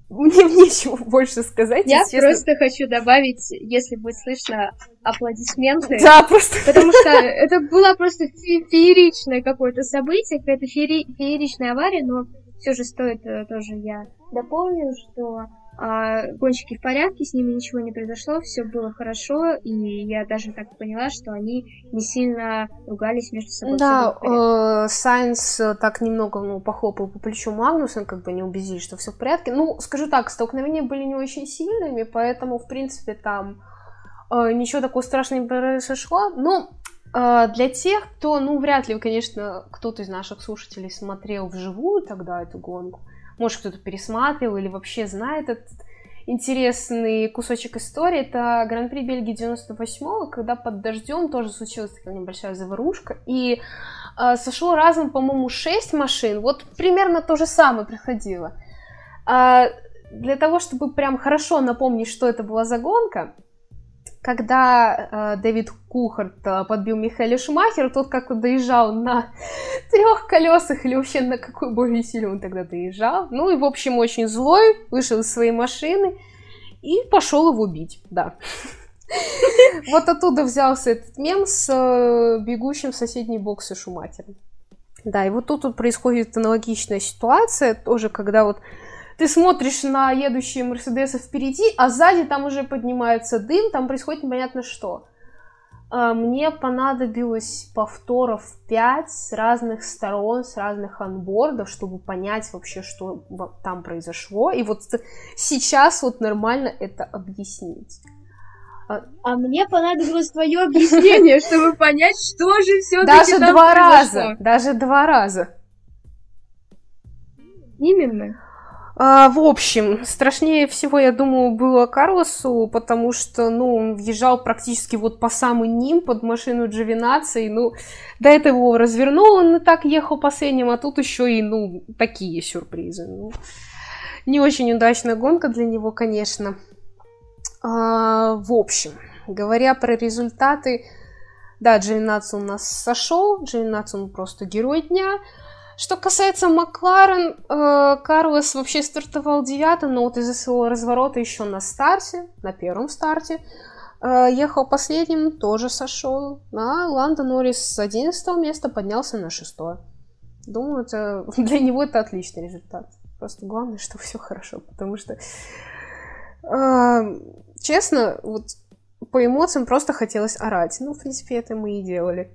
мне нечего больше сказать. Я просто хочу добавить, если будет слышно, аплодисменты. Да, просто. Потому что это было просто фееричное какое-то событие, какая-то фееричная авария, но все же стоит тоже я дополню, что гонщики в порядке, с ними ничего не произошло, все было хорошо, и я даже так поняла, что они не сильно ругались между собой. Да, Сайнс так немного похлопал по плечу Магнуса, как бы не убедили, что все в порядке. Ну, скажу так, столкновения были не очень сильными, поэтому, в принципе, там ничего такого страшного не произошло. Но для тех, кто, вряд ли, конечно, кто-то из наших слушателей смотрел вживую тогда эту гонку, может, кто-то пересматривал или вообще знает этот интересный кусочек истории. Это Гран-при Бельгии 98-го, когда под дождем тоже случилась такая небольшая заварушка. И сошло разом, по-моему, 6 машин. Вот примерно то же самое происходило. Для того, чтобы прям хорошо напомнить, что это была за гонка, когда Дэвид Кулхард подбил Михаэля Шумахера, тот как-то доезжал на 3 колесах, или вообще на какой более силе он тогда доезжал. Ну и, в общем, очень злой, вышел из своей машины и пошел его бить, да. Вот оттуда взялся этот мем с бегущим в соседней боксы Шумахером. Да, и вот тут происходит аналогичная ситуация, тоже когда вот ты смотришь на едущие Мерседесы впереди, а сзади там уже поднимается дым, там происходит непонятно что. Мне понадобилось повторов 5 с разных сторон, с разных анбордов, чтобы понять вообще, что там произошло. И вот сейчас вот нормально это объяснить. А мне понадобилось твое объяснение, чтобы понять, что же все-таки там произошло. Даже 2 раза. Именно. В общем, страшнее всего, я думаю, было Карлосу, потому что, он въезжал практически вот по самый ним под машину Джовинаци, до этого его развернул, он и так ехал последним, а тут еще и, такие сюрпризы. Не очень удачная гонка для него, конечно. В общем, говоря про результаты, да, Джовинаци у нас сошел, Джовинаци он просто герой дня. Что касается Макларен, Карлос вообще стартовал 9-м, но вот из-за своего разворота еще на старте, на первом старте, ехал последним, тоже сошел. А Ландо Норрис с 11-го места поднялся на 6-е. Думаю, для него это отличный результат. Просто главное, что все хорошо, потому что, честно, вот по эмоциям просто хотелось орать. В принципе, это мы и делали.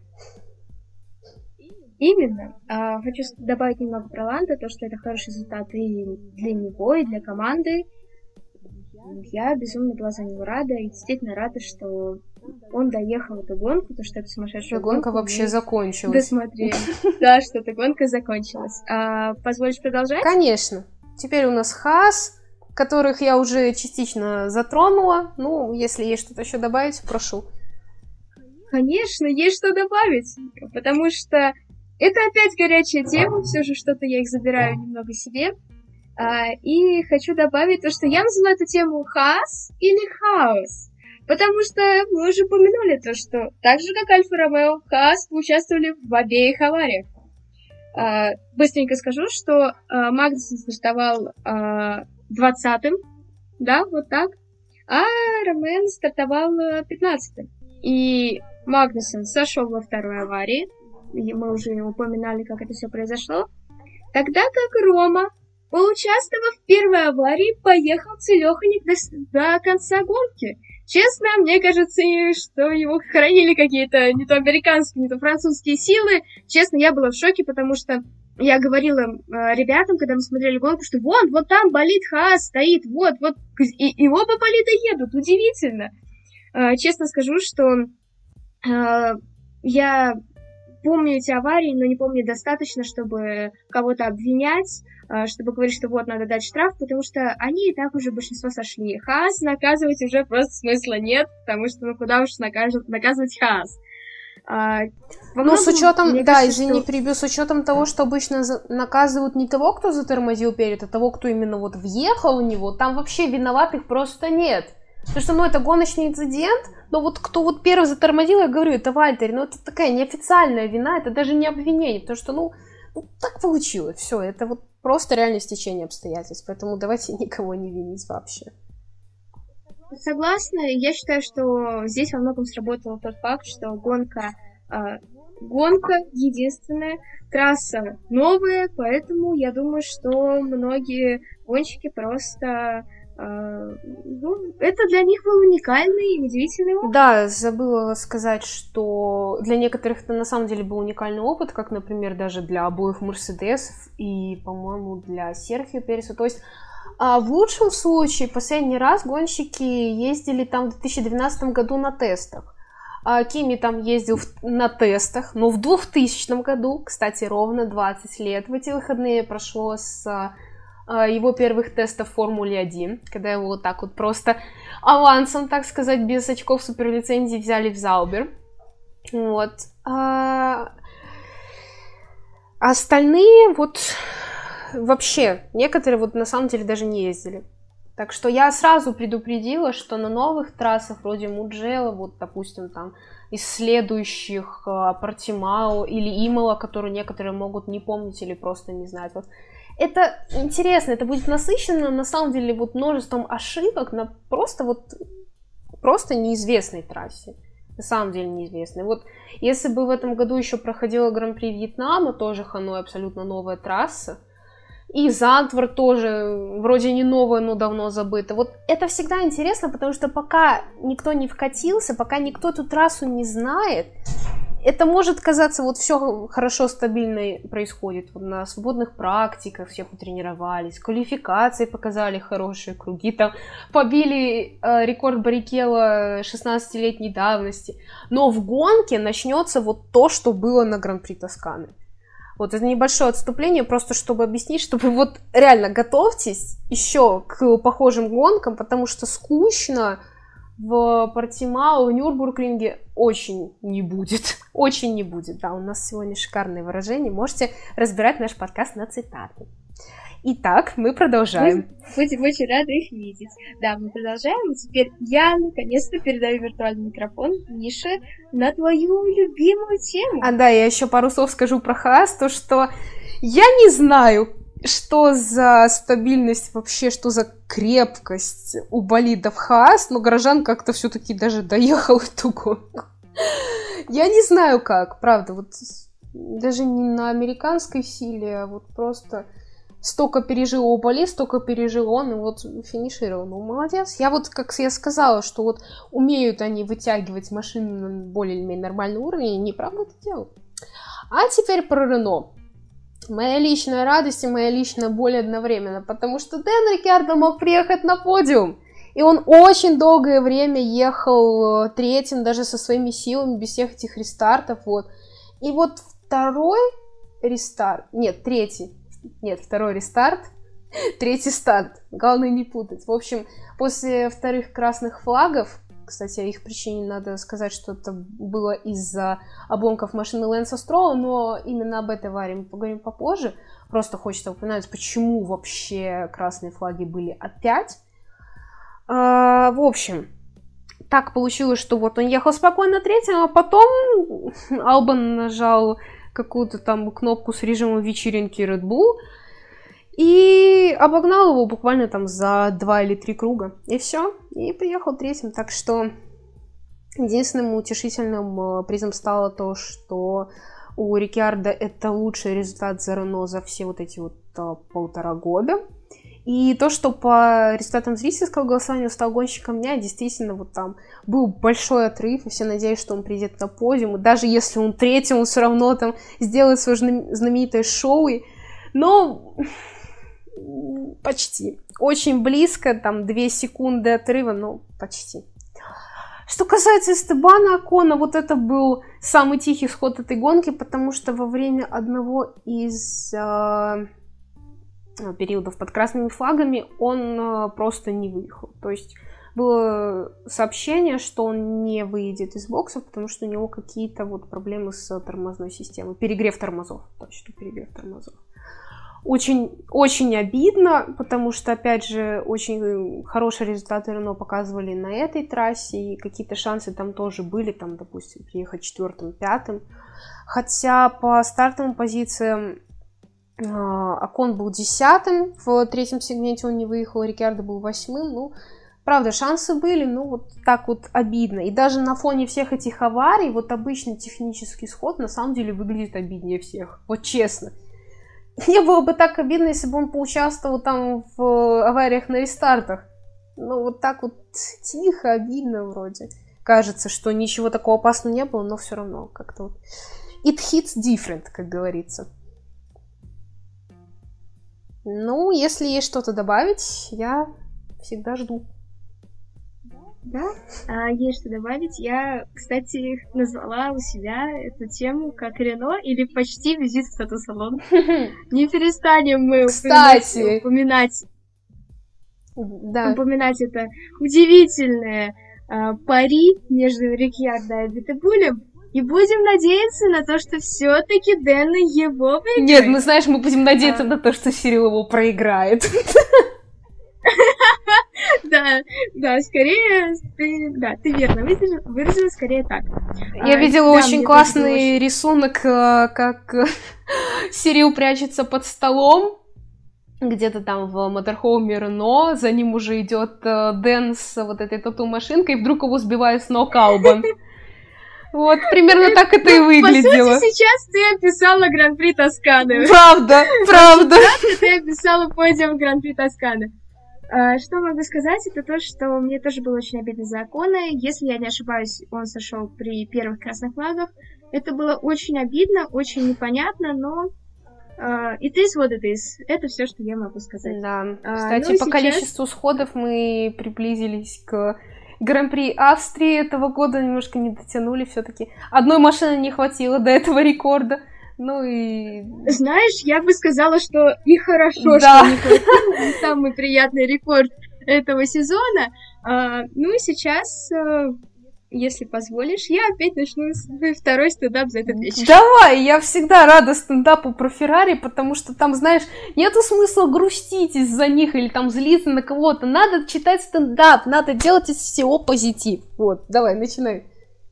Именно. Хочу добавить немного про Ландо, то, что это хороший результат и для него, и для команды. Я безумно была за него рада, и действительно рада, что он доехал эту гонку, потому что это сумасшедшая гонка вообще закончилась. Досмотрели. Да, что эта гонка закончилась. Позволишь продолжать? Конечно. Теперь у нас Хаас, которых я уже частично затронула. Если есть что-то еще добавить, прошу. Конечно, есть что добавить, потому что это опять горячая тема, все же что-то я их забираю немного себе. И хочу добавить то, что я назвала эту тему Хаас или Хаос. Потому что мы уже упомянули то, что так же, как Альфа-Ромео, Хаас участвовали в обеих авариях. Быстренько скажу, что Магнусон стартовал 20-м, да, вот так, а Ромен стартовал 15-м. И Магнусон сошел во второй аварии, мы уже упоминали, как это все произошло, тогда как Рома, поучаствовав в первой аварии, поехал целеханик до конца гонки. Честно, мне кажется, что его хранили какие-то не то американские, не то французские силы. Честно, я была в шоке, потому что я говорила ребятам, когда мы смотрели гонку, что вот там болид Хаас стоит, вот, и оба болида едут, удивительно. Честно скажу, что я помню эти аварии, но не помню достаточно, чтобы кого-то обвинять, чтобы говорить, что вот, надо дать штраф, потому что они и так уже большинство сошли. Хаас наказывать уже просто смысла нет, потому что, куда уж наказывать Хаас. С учетом, да, извини, перебью, с учетом того, что обычно наказывают не того, кто затормозил перед, а того, кто именно вот въехал в него, там вообще виноватых просто нет. Потому что, это гоночный инцидент, но вот кто вот первый затормозил, я говорю, это Вальтери, это такая неофициальная вина, это даже не обвинение, потому что, так получилось, все, это вот просто реально стечение обстоятельств, поэтому давайте никого не винить вообще. Согласна, я считаю, что здесь во многом сработал тот факт, что гонка единственная, трасса новая, поэтому я думаю, что многие гонщики просто... это для них был уникальный и удивительный опыт. Да, забыла сказать, что для некоторых это на самом деле был уникальный опыт, как, например, даже для обоих Мерседесов и, по-моему, для Серхио Переса. То есть в лучшем случае последний раз гонщики ездили там в 2012 году на тестах. Кими там ездил на тестах, но в 2000 году, кстати, ровно 20 лет, в эти выходные прошло с его первых тестов в Формуле 1, когда его вот так вот просто авансом, так сказать, без очков суперлицензии взяли в Заубер. Вот. Остальные вот вообще, некоторые вот на самом деле даже не ездили. Так что я сразу предупредила, что на новых трассах вроде Муджело, вот, допустим, там, из следующих Портимао или Имола, которые некоторые могут не помнить или просто не знать. Вот. Это интересно, это будет насыщено, на самом деле, вот множеством ошибок на просто неизвестной трассе. На самом деле неизвестной. Вот если бы в этом году еще проходила Гран-при Вьетнама, тоже Ханой абсолютно новая трасса, и Зандвор тоже вроде не новая, но давно забыта. Вот это всегда интересно, потому что пока никто не вкатился, пока никто эту трассу не знает, это может казаться, вот все хорошо, стабильно происходит. Вот на свободных практиках все потренировались, квалификации показали хорошие круги, там побили рекорд Баррикелло 16-летней давности. Но в гонке начнется вот то, что было на Гран-при Тосканы. Вот это небольшое отступление, просто чтобы объяснить, чтобы вот реально готовьтесь еще к похожим гонкам, потому что скучно в Портимао, в Нюрбургринге очень не будет. Очень не будет, да, у нас сегодня шикарные выражения, можете разбирать наш подкаст на цитаты. Итак, мы продолжаем. Будем очень рады их видеть. Да, мы продолжаем. И теперь я наконец-то передаю виртуальный микрофон Мише на твою любимую тему. Да, я еще пару слов скажу про Хаас, то что я не знаю, что за стабильность вообще, что за крепкость у болидов Хаас, но Грожан как-то все-таки даже доехал эту гонку. Я не знаю как, правда, вот даже не на американской силе, а вот просто... Столько пережил Обали, столько пережил он, и вот финишировал. Ну, молодец. Я вот, как я сказала, что вот умеют они вытягивать машины на более или менее нормальный уровень, и неправда это делают. А теперь про Рено. Моя личная радость и моя личная боль одновременно, потому что Дэн Рикьярдо мог приехать на подиум. И он очень долгое время ехал третьим, даже со своими силами, без всех этих рестартов. Вот. И вот второй рестарт, второй рестарт, третий старт. Главное не путать. В общем, после вторых красных флагов, кстати, о их причине надо сказать, что это было из-за обломков машины Лэнса Строула, но именно об этой аварии мы поговорим попозже. Просто хочется упомянуть, почему вообще красные флаги были опять. В общем, так получилось, что вот он ехал спокойно третьим, а потом Албан нажал какую-то там кнопку с режимом вечеринки Red Bull и обогнал его буквально там за 2 или 3 круга. И все, и приехал третьим. Так что единственным утешительным призом стало то, что у Рикьярдо это лучший результат за Рено за все вот эти вот 1,5 года. И то, что по результатам зрительского голосования стал гонщиком дня, действительно, вот там был большой отрыв, и все надеялись, что он придет на подиум. И даже если он третьим, он все равно там сделает свое знаменитое шоу. Но почти. Очень близко, там 2 секунды отрыва, но почти. Что касается Эстебана Окона, вот это был самый тихий сход этой гонки, потому что во время одного из... периодов под красными флагами он просто не выехал. То есть было сообщение, что он не выйдет из боксов, потому что у него какие-то вот проблемы с тормозной системой. Перегрев тормозов. Точно, перегрев тормозов. Очень, очень обидно, потому что, опять же, очень хорошие результаты Рено показывали на этой трассе, и какие-то шансы там тоже были, там, допустим, приехать 4-м, 5-м. Хотя по стартовым позициям Окон был 10-м, в третьем сегменте он не выехал, Рикьярдо был 8-м. Ну, правда, шансы были, ну, вот так вот обидно. И даже на фоне всех этих аварий, вот обычный технический сход на самом деле выглядит обиднее всех. Вот честно. Мне было бы так обидно, если бы он поучаствовал там в авариях на рестартах. Ну, вот так вот тихо, обидно вроде. Кажется, что ничего такого опасного не было, но все равно как-то вот... It hits different, как говорится. Ну, если есть что-то добавить, я всегда жду. Да, есть что добавить. Я, кстати, назвала у себя эту тему как Рено или почти визит в тату-салон. Не перестанем мы упоминать это удивительное пари между Рикьярдо и Абитебулем. И будем надеяться на то, что все-таки Дэнна его выиграет. Нет, мы, знаешь, мы будем надеяться на то, что Сирил его проиграет. Да, скорее, ты верно выразила, скорее так. Я видела очень классный рисунок, как Сирил прячется под столом, где-то там в моторхоуме Рено, за ним уже идет Дэн с вот этой тату-машинкой, и вдруг его сбивает с ног Албан. Вот, примерно так это и выглядело. По сути, сейчас ты описала Гран-при Тосканы. Правда. Ты описала подиум Гран-при Тосканы. Что могу сказать, это то, что мне тоже было очень обидно за Окона. Если я не ошибаюсь, он сошел при первых красных флагах. Это было очень обидно, очень непонятно, но it is what it is. Это все, что я могу сказать. Да. Кстати, по количеству сходов мы приблизились к Гран-при Австрии этого года, немножко не дотянули все-таки. Одной машины не хватило до этого рекорда. Ну и... Знаешь, я бы сказала, что и хорошо, что не хватило. Не самый приятный рекорд этого сезона. Ну и сейчас, если позволишь, я опять начну свой второй стендап за этот вечер. Давай, я всегда рада стендапу про Феррари, потому что там, знаешь, нету смысла грустить из-за них или там злиться на кого-то. Надо читать стендап, надо делать из всего позитив. Вот, давай, начинай.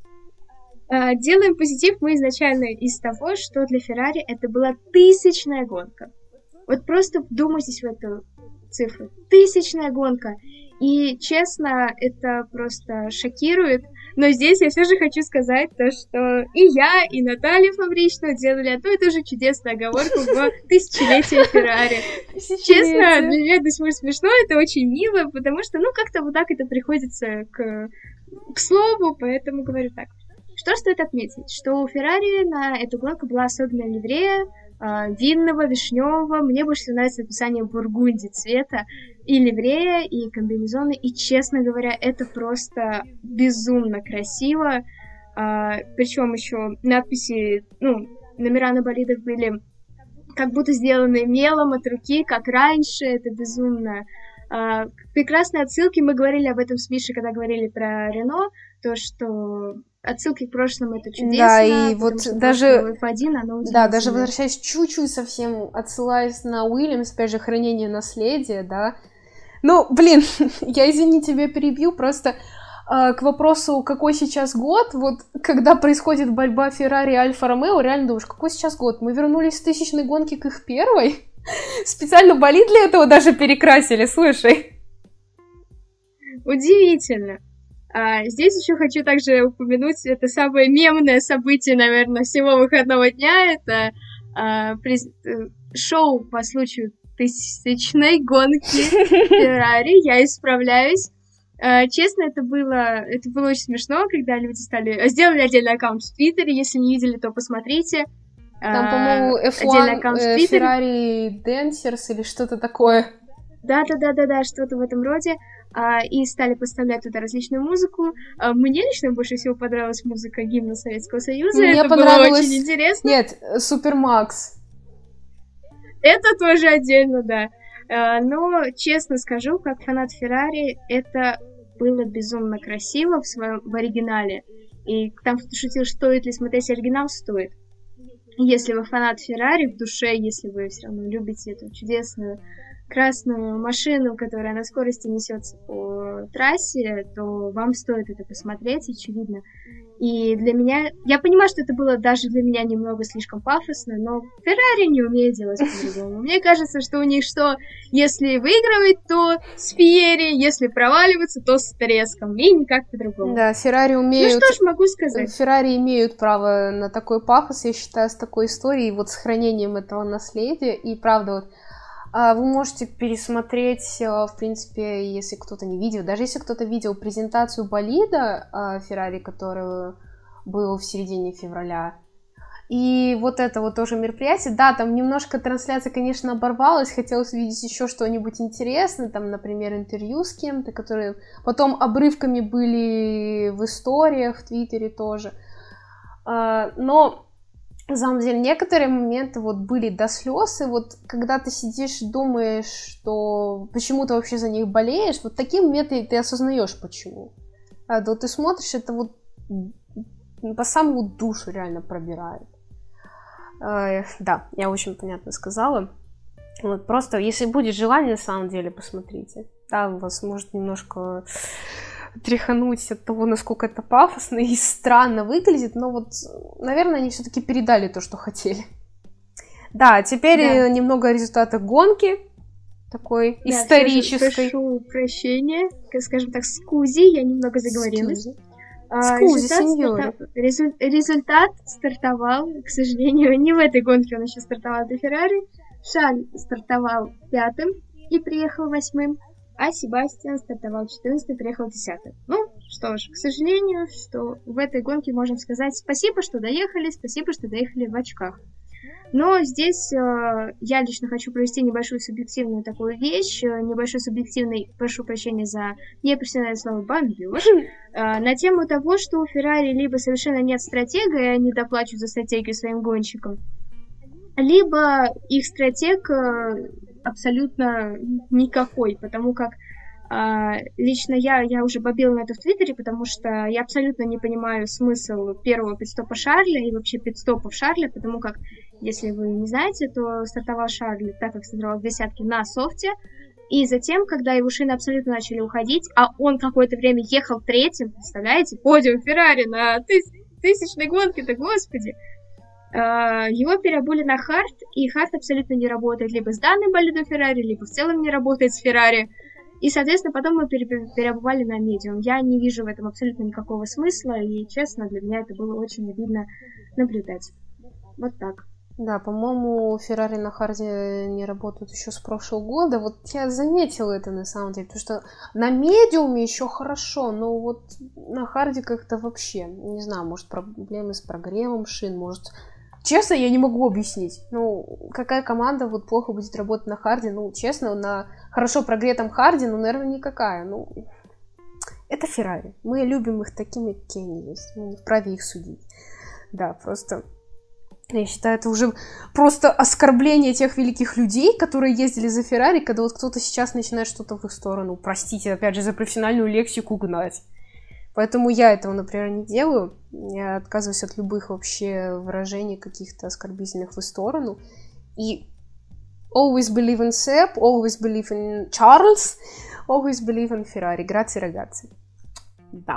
Делаем позитив мы изначально из того, что для Феррари это была 1000-я гонка. Вот просто вдумайтесь в эту цифру. 1000-я гонка. И, честно, это просто шокирует. Но здесь я все же хочу сказать то, что и я, и Наталья Фабрична делали одну и ту же чудесную оговорку в тысячелетие Феррари. Честно, для меня это до сих пор смешно, это очень мило, потому что, как-то вот так это приходится к слову, поэтому говорю так. Что стоит отметить? Что у Феррари на эту гонку была особенная ливрея винного, вишневого. Мне больше всего нравится описание бургунди цвета. И ливрея, и комбинезоны. И, честно говоря, это просто безумно красиво. Причем еще надписи, номера на болидах были как будто сделаны мелом от руки, как раньше. Это безумно. Прекрасные отсылки. Мы говорили об этом с Мишей, когда говорили про Рено. То, что отсылки к прошлому это чудесно. Да, и вот даже F1, оно да, даже возвращаясь чуть-чуть совсем, отсылаясь на Уильямс, опять же, хранение наследия, да. Ну, блин, я, извини, тебя перебью, просто к вопросу, какой сейчас год, вот когда происходит борьба Феррари и Альфа-Ромео, реально думаешь, какой сейчас год? Мы вернулись с 1000-й гонки к их первой? Специально болид для этого даже перекрасили, слушай. Удивительно. Здесь еще хочу также упомянуть это самое мемное событие, наверное, всего выходного дня. Это шоу по случаю 1000-й гонки Феррари. Я исправляюсь. Честно, это было очень смешно, когда люди сделали отдельный аккаунт в Твиттере. Если не видели, то посмотрите. Там, по-моему, F1 Ferrari Dancers или что-то такое. Да, что-то в этом роде. И стали поставлять туда различную музыку. Мне лично больше всего понравилась музыка гимна Советского Союза. Мне это было очень интересно. Нет, Супермакс. Это тоже отдельно, да. Но, честно скажу, как фанат Феррари, это было безумно красиво в оригинале. И там кто-то шутил, стоит ли смотреть оригинал, стоит. Если вы фанат Феррари в душе, если вы все равно любите эту чудесную красную машину, которая на скорости несется по трассе, то вам стоит это посмотреть, очевидно. И для меня... Я понимаю, что это было даже для меня немного слишком пафосно, но Феррари не умеет делать по-другому. Мне кажется, что у них что, если выигрывать, то с феери, если проваливаться, то с треском, и никак по-другому. Да, Феррари умеют... Ну что ж могу сказать. Феррари имеют право на такой пафос, я считаю, с такой историей, вот с хранением этого наследия. И правда, вот, вы можете пересмотреть, в принципе, если кто-то не видел, даже если кто-то видел презентацию болида Феррари, который был в середине февраля, и вот это вот тоже мероприятие, да, там немножко трансляция, конечно, оборвалась, хотелось увидеть еще что-нибудь интересное, там, например, интервью с кем-то, которые потом обрывками были в историях, в Твиттере тоже, но... На самом деле, некоторые моменты вот были до слез, и вот когда ты сидишь и думаешь, что почему ты вообще за них болеешь, вот такие моменты ты осознаешь, почему. А вот ты смотришь, это вот по самую душу реально пробирает. Да, я очень понятно сказала. Вот просто, если будет желание, на самом деле, посмотрите. Да, у вас может немножко... тряхануть от того, насколько это пафосно и странно выглядит, но вот, наверное, они все-таки передали то, что хотели. Да, теперь немного о результатах гонки, такой исторической. Прошу прощения, скажем так, скузи, я немного заговорилась. Скузи, сеньори. Результат стартовал, к сожалению, не в этой гонке он еще стартовал до Феррари. Шарль стартовал 5-м и приехал 8-м. А Себастьян стартовал 14-й, приехал 10-й. Ну, что ж, к сожалению, что в этой гонке можем сказать спасибо, что доехали в очках. Но здесь я лично хочу провести небольшую субъективную такую вещь, небольшой субъективный, прошу прощения за непрофессиональное слово, бомбёж, на тему того, что у Феррари либо совершенно нет стратега, и они доплачут за стратегию своим гонщикам, либо их стратег абсолютно никакой, потому как лично я уже бомбила на это в Твиттере, потому что я абсолютно не понимаю смысл первого пидстопа Шарля и вообще пидстопов Шарля, потому как, если вы не знаете, то стартовал Шарль, так как стартовал в десятке на софте, и затем, когда его шины абсолютно начали уходить, а он какое-то время ехал третьим, представляете, подиум Феррари на тысячной гонке-то, господи, его переобули на хард, и хард абсолютно не работает либо с данным болидом Феррари, либо в целом не работает с Феррари. И, соответственно, потом мы переобували на медиум. Я не вижу в этом абсолютно никакого смысла, и, честно, для меня это было очень обидно наблюдать. Вот так. Да, по-моему, Феррари на харде не работают еще с прошлого года. Вот я заметила это на самом деле, потому что на медиуме еще хорошо, но вот на харде как-то вообще, не знаю, может проблемы с прогревом шин, может... Честно, я не могу объяснить. Ну, какая команда вот плохо будет работать на харде? Ну, честно, на хорошо прогретом харде, ну, наверное, никакая. Ну, это Феррари. Мы любим их такими, какие они есть. Мы не вправе их судить. Да, просто... Я считаю, это уже просто оскорбление тех великих людей, которые ездили за Феррари, когда вот кто-то сейчас начинает что-то в их сторону, простите, опять же, за профессиональную лексику гнать. Поэтому я этого, например, не делаю. Я отказываюсь от любых вообще выражений каких-то оскорбительных в их сторону. И always believe in Seb, always believe in Charles, always believe in Ferrari. Grazie, ragazzi. Да.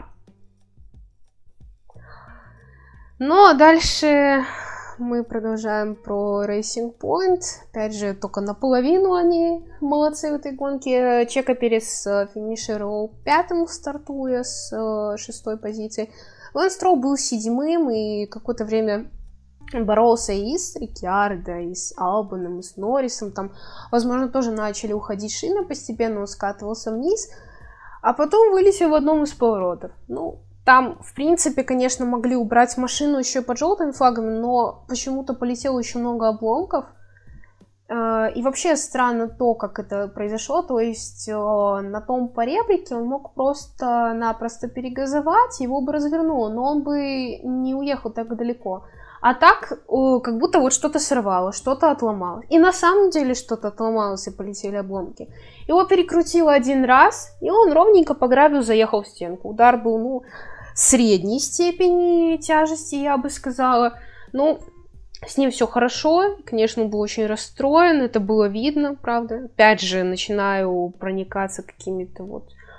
Ну, а дальше мы продолжаем про Racing Point. Опять же, только наполовину они молодцы в этой гонке. Чеко Перес финишировал 5-м, стартуя с 6-й позиции. Лэнс Строул был 7-м и какое-то время боролся и с Рикьярдо, и с Албаном, и с Норрисом. Там, возможно, тоже начали уходить шины постепенно, он скатывался вниз. А потом вылетел в одном из поворотов. Ну, там, в принципе, конечно, могли убрать машину еще под желтыми флагами, но почему-то полетело еще много обломков. И вообще странно то, как это произошло. То есть на том поребрике он мог просто-напросто перегазовать, его бы развернуло, но он бы не уехал так далеко. А так, как будто вот что-то сорвало, что-то отломалось. И на самом деле что-то отломалось, и полетели обломки. Его перекрутило один раз, и он ровненько по гравию заехал в стенку. Удар был, средней степени тяжести, я бы сказала. Ну, с ним все хорошо. Конечно, он был очень расстроен, это было видно, правда. Опять же, начинаю проникаться какими-то вот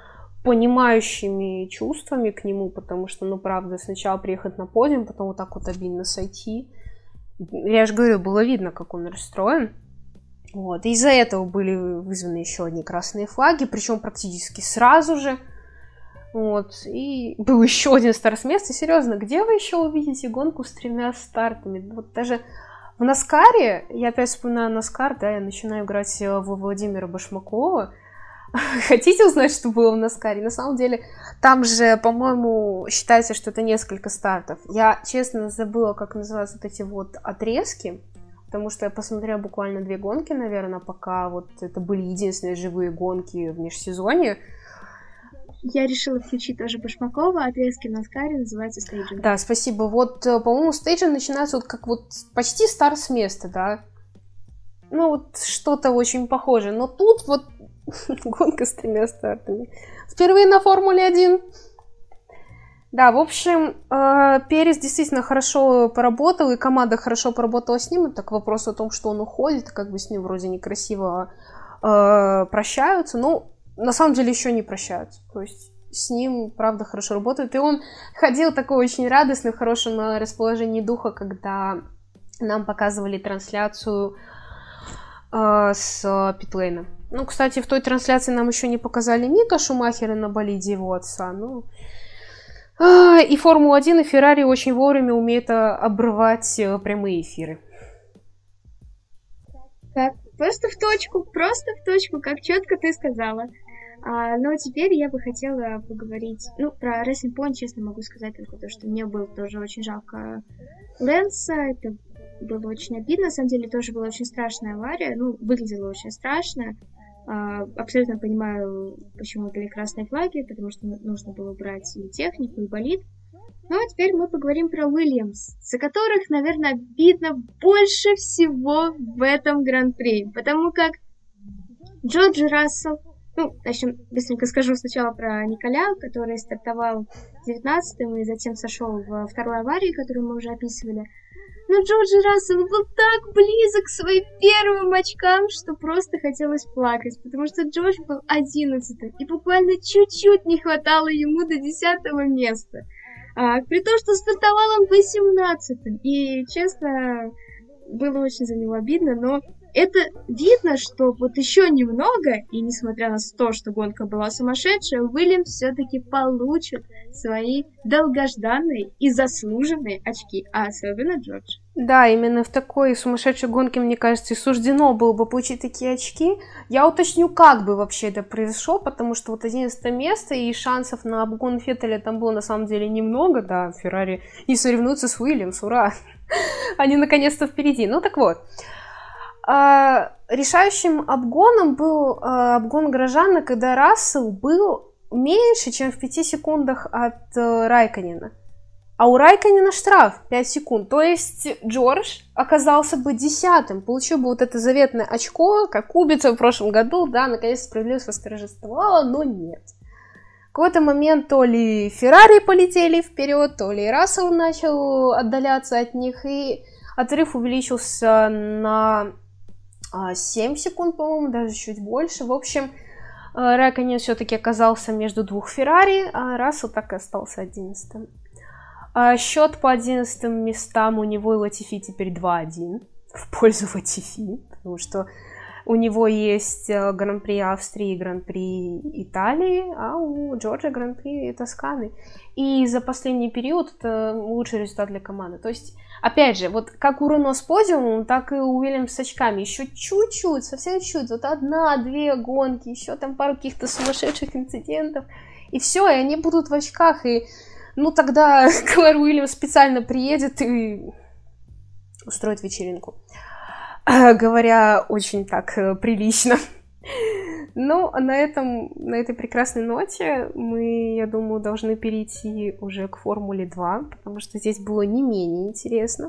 понимающими чувствами к нему, потому что, ну, правда, сначала приехать на подиум, потом вот так вот обидно сойти. Я же говорю, было видно, как он расстроен. Вот. И из-за этого были вызваны еще одни красные флаги, причем практически сразу же. Вот. И был еще один старт с места. Серьезно, где вы еще увидите гонку с 3 стартами? Вот даже в Наскаре, я опять вспоминаю Наскар, да, я начинаю играть во Владимира Башмакова. Хотите узнать, что было в Наскаре? На самом деле, там же, по-моему, считается, что это несколько стартов. Я, честно, забыла, как называются вот эти вот отрезки, потому что я посмотрела буквально 2 гонки, наверное, пока вот это были единственные живые гонки в межсезонье. Я решила включить тоже Башмакова, отрезки в Наскаре называются стейджинг. Да, спасибо. Вот, по-моему, стейджинг начинается вот как вот почти старт с места, да? Ну, вот что-то очень похожее. Но тут вот гонка с 3 стартами. Впервые на Формуле-1. Да, в общем, Перес действительно хорошо поработал, и команда хорошо поработала с ним. Так вопрос о том, что он уходит, как бы с ним вроде некрасиво прощаются. Ну, на самом деле еще не прощаются. То есть с ним, правда, хорошо работают. И он ходил такой очень радостный, в хорошем расположении духа, когда нам показывали трансляцию с питлейна. Ну, кстати, в той трансляции нам еще не показали Мика Шумахера на болиде его отца. Ну, и Формула-1, и Феррари очень вовремя умеют обрывать прямые эфиры. Так, просто в точку, как четко ты сказала. Но теперь я бы хотела поговорить, ну, про Racing Point, честно могу сказать только то, что мне было тоже очень жалко Лэнса, это было очень обидно, на самом деле тоже была очень страшная авария, ну, выглядела очень страшно. Абсолютно понимаю, почему были красные флаги, потому что нужно было брать и технику, и болид. Ну, а теперь мы поговорим про Уильямс, за которых, наверное, обидно больше всего в этом Гран-при, потому как Джордж Рассел, ну, начнем, быстренько скажу сначала про Николя, который стартовал 19-м и затем сошел во второй аварии, которую мы уже описывали. Но Джордж Рассел был так близок к своим первым очкам, что просто хотелось плакать, потому что Джордж был 11-м, и буквально чуть-чуть не хватало ему до 10-го места. При том, что стартовал он 18-м, и, честно, было очень за него обидно, но это видно, что вот еще немного, и несмотря на то, что гонка была сумасшедшая, Уильямс все-таки получит свои долгожданные и заслуженные очки, а особенно Джордж. Да, именно в такой сумасшедшей гонке, мне кажется, и суждено было бы получить такие очки. Я уточню, как бы вообще это произошло, потому что вот 11 место, и шансов на обгон Феттеля там было на самом деле немного, да, Феррари не соревнуются с Уильямс, ура! Они наконец-то впереди. Ну так вот. Решающим обгоном был обгон Грожана, когда Рассел был меньше, чем в 5 секундах от Райконена. А у Райконена штраф 5 секунд. То есть Джордж оказался бы 10-м, получил бы вот это заветное очко, как Кубица в прошлом году, да, наконец справедливость восторжествовала, но нет. В какой-то момент то ли Феррари полетели вперед, то ли Рассел начал отдаляться от них, и отрыв увеличился на 7 секунд, по-моему, даже чуть больше. В общем, Райконен все-таки оказался между 2 Феррари, а Рассел так и остался 11-м. Счет по 11 местам у него и Латифи теперь 2-1 в пользу Латифи, потому что у него есть Гран-при Австрии и Гран-при Италии, а у Джорджа Гран-при Тосканы. И за последний период это лучший результат для команды. То есть, опять же, вот как у Рено с подиумом, так и у Уильямс с очками. Еще чуть-чуть, совсем чуть, вот 1-2 гонки, еще там пару каких-то сумасшедших инцидентов, и все, и они будут в очках, и ну тогда Клэр Уильямс специально приедет и устроит вечеринку. Говоря очень так прилично. Ну, на этой прекрасной ноте мы, я думаю, должны перейти уже к Формуле 2, потому что здесь было не менее интересно.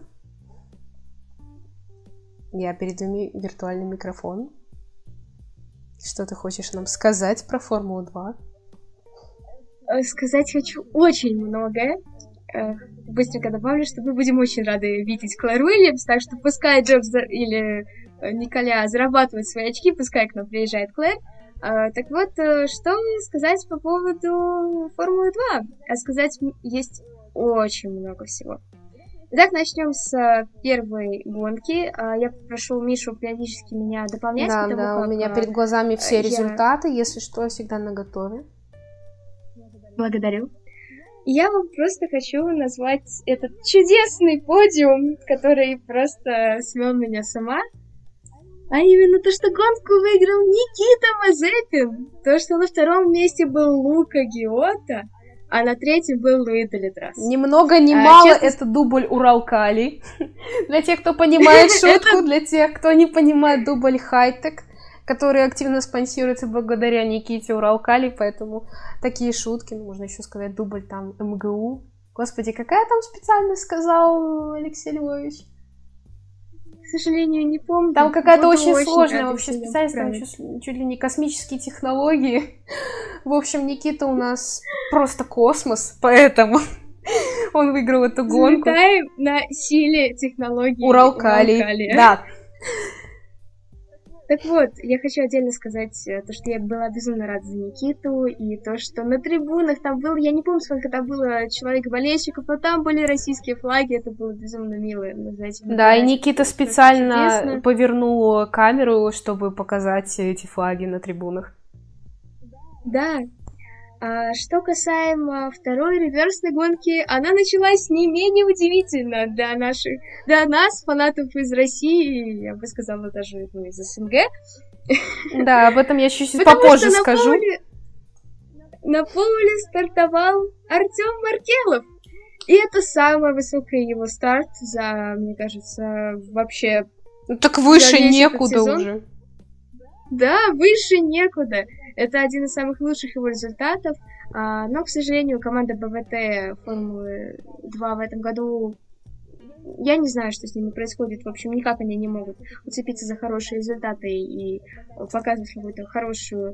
Я передаю виртуальный микрофон. Что ты хочешь нам сказать про Формулу 2? Сказать хочу очень многое. Быстренько добавлю, что мы будем очень рады видеть Клэр Уильямс, так что пускай Джордж или Николя зарабатывают свои очки, пускай к нам приезжает Клэр. Так вот, что сказать по поводу Формулы-2? А сказать есть очень много всего. Итак, начнем с первой гонки. Я попрошу Мишу периодически меня дополнять. Да, у меня перед глазами все результаты, если что, всегда наготове. Благодарю. Я вам просто хочу назвать этот чудесный подиум, который просто свел меня сама. А именно то, что гонку выиграл Никита Мазепин. То, что на втором месте был Лука Гиотта, а на третьем был Луи де Литрас. Ни много ни мало, это дубль Уралкали. Для тех, кто понимает шутку, для тех, кто не понимает, дубль Хайтек, который активно спонсируется благодаря Никите Уралкали, поэтому такие шутки, можно еще сказать, дубль там МГУ. Господи, какая там специальность, сказал Алексей Львович? К сожалению, не помню. Там какая-то очень сложная вообще специальность, там чуть ли не космические технологии. В общем, Никита у нас просто космос, поэтому он выиграл эту гонку. Взлетаем на силе технологий Уралкали. Да. Так вот, я хочу отдельно сказать то, что я была безумно рада за Никиту, и то, что на трибунах там было, я не помню, сколько там было человек-болельщиков, но там были российские флаги, это было безумно мило. Да, и Никита специально повернул камеру, чтобы показать эти флаги на трибунах. Да. А что касаемо второй реверсной гонки, она началась не менее удивительно для нас, фанатов из России, я бы сказала, даже из СНГ. Да, об этом я чуть-чуть попозже скажу. На поле стартовал Артём Маркелов. И это самый высокий его старт за, мне кажется, вообще... Ну так выше некуда уже. Да, выше некуда. Это один из самых лучших его результатов. Но, к сожалению, команда БВТ Формулы-2 в этом году... Я не знаю, что с ними происходит. В общем, никак они не могут уцепиться за хорошие результаты и показывать какую-то хорошую...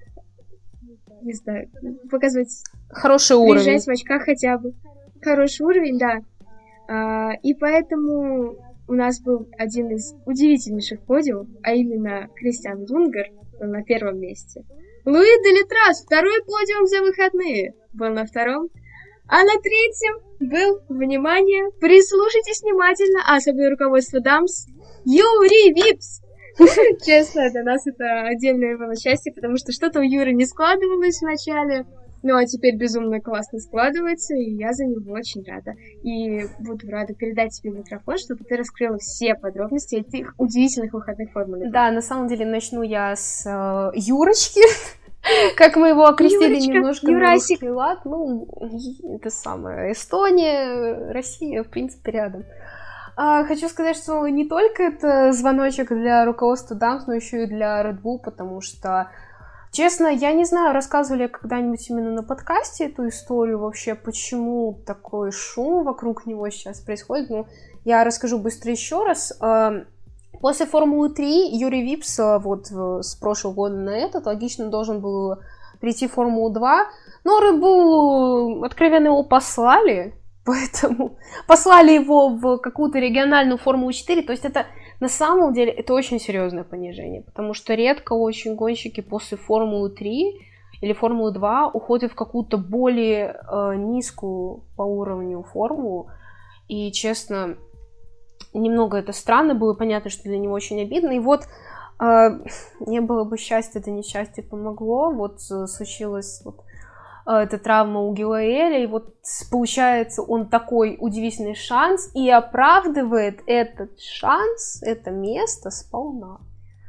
Не знаю, показывать... Хороший уровень. Приезжать в очках хотя бы. Хороший уровень, да. И поэтому у нас был один из удивительнейших подиумов, а именно Кристиан Лунгар был на первом месте. Луи де Литрас, второй подиум за выходные, был на втором. А на третьем был, внимание, прислушайтесь внимательно, особенно руководство Дамс, Юрий Випс. Честно, для нас это отдельное было счастье, потому что что-то у Юры не складывалось вначале, ну а теперь безумно классно складывается, и я за него очень рада. И буду рада передать тебе микрофон, чтобы ты раскрыла все подробности этих удивительных выходных Формулы. Да, на самом деле начну я с Юрочки, как мы его окрестили немножко на русский лад. Ну, это самое, Эстония, Россия, в принципе, рядом. Хочу сказать, что не только это звоночек для руководства Дамс, но еще и для Red Bull, потому что, честно, я не знаю, рассказывали ли когда-нибудь именно на подкасте эту историю вообще, почему такой шум вокруг него сейчас происходит. Ну, я расскажу быстро еще раз. После Формулы 3 Юрий Випс вот с прошлого года на этот логично должен был прийти в Формулу 2, но Red Bull откровенно его послали, поэтому послали его в какую-то региональную Формулу 4, то есть это на самом деле это очень серьезное понижение, потому что редко очень гонщики после Формулы 3 или Формулы 2 уходят в какую-то более низкую по уровню формулу, и честно, немного это странно было, понятно, что для него очень обидно, и вот не было бы счастья, да несчастье помогло, вот случилась вот эта травма у Гилаэля, и вот получается он такой удивительный шанс и оправдывает этот шанс, это место сполна.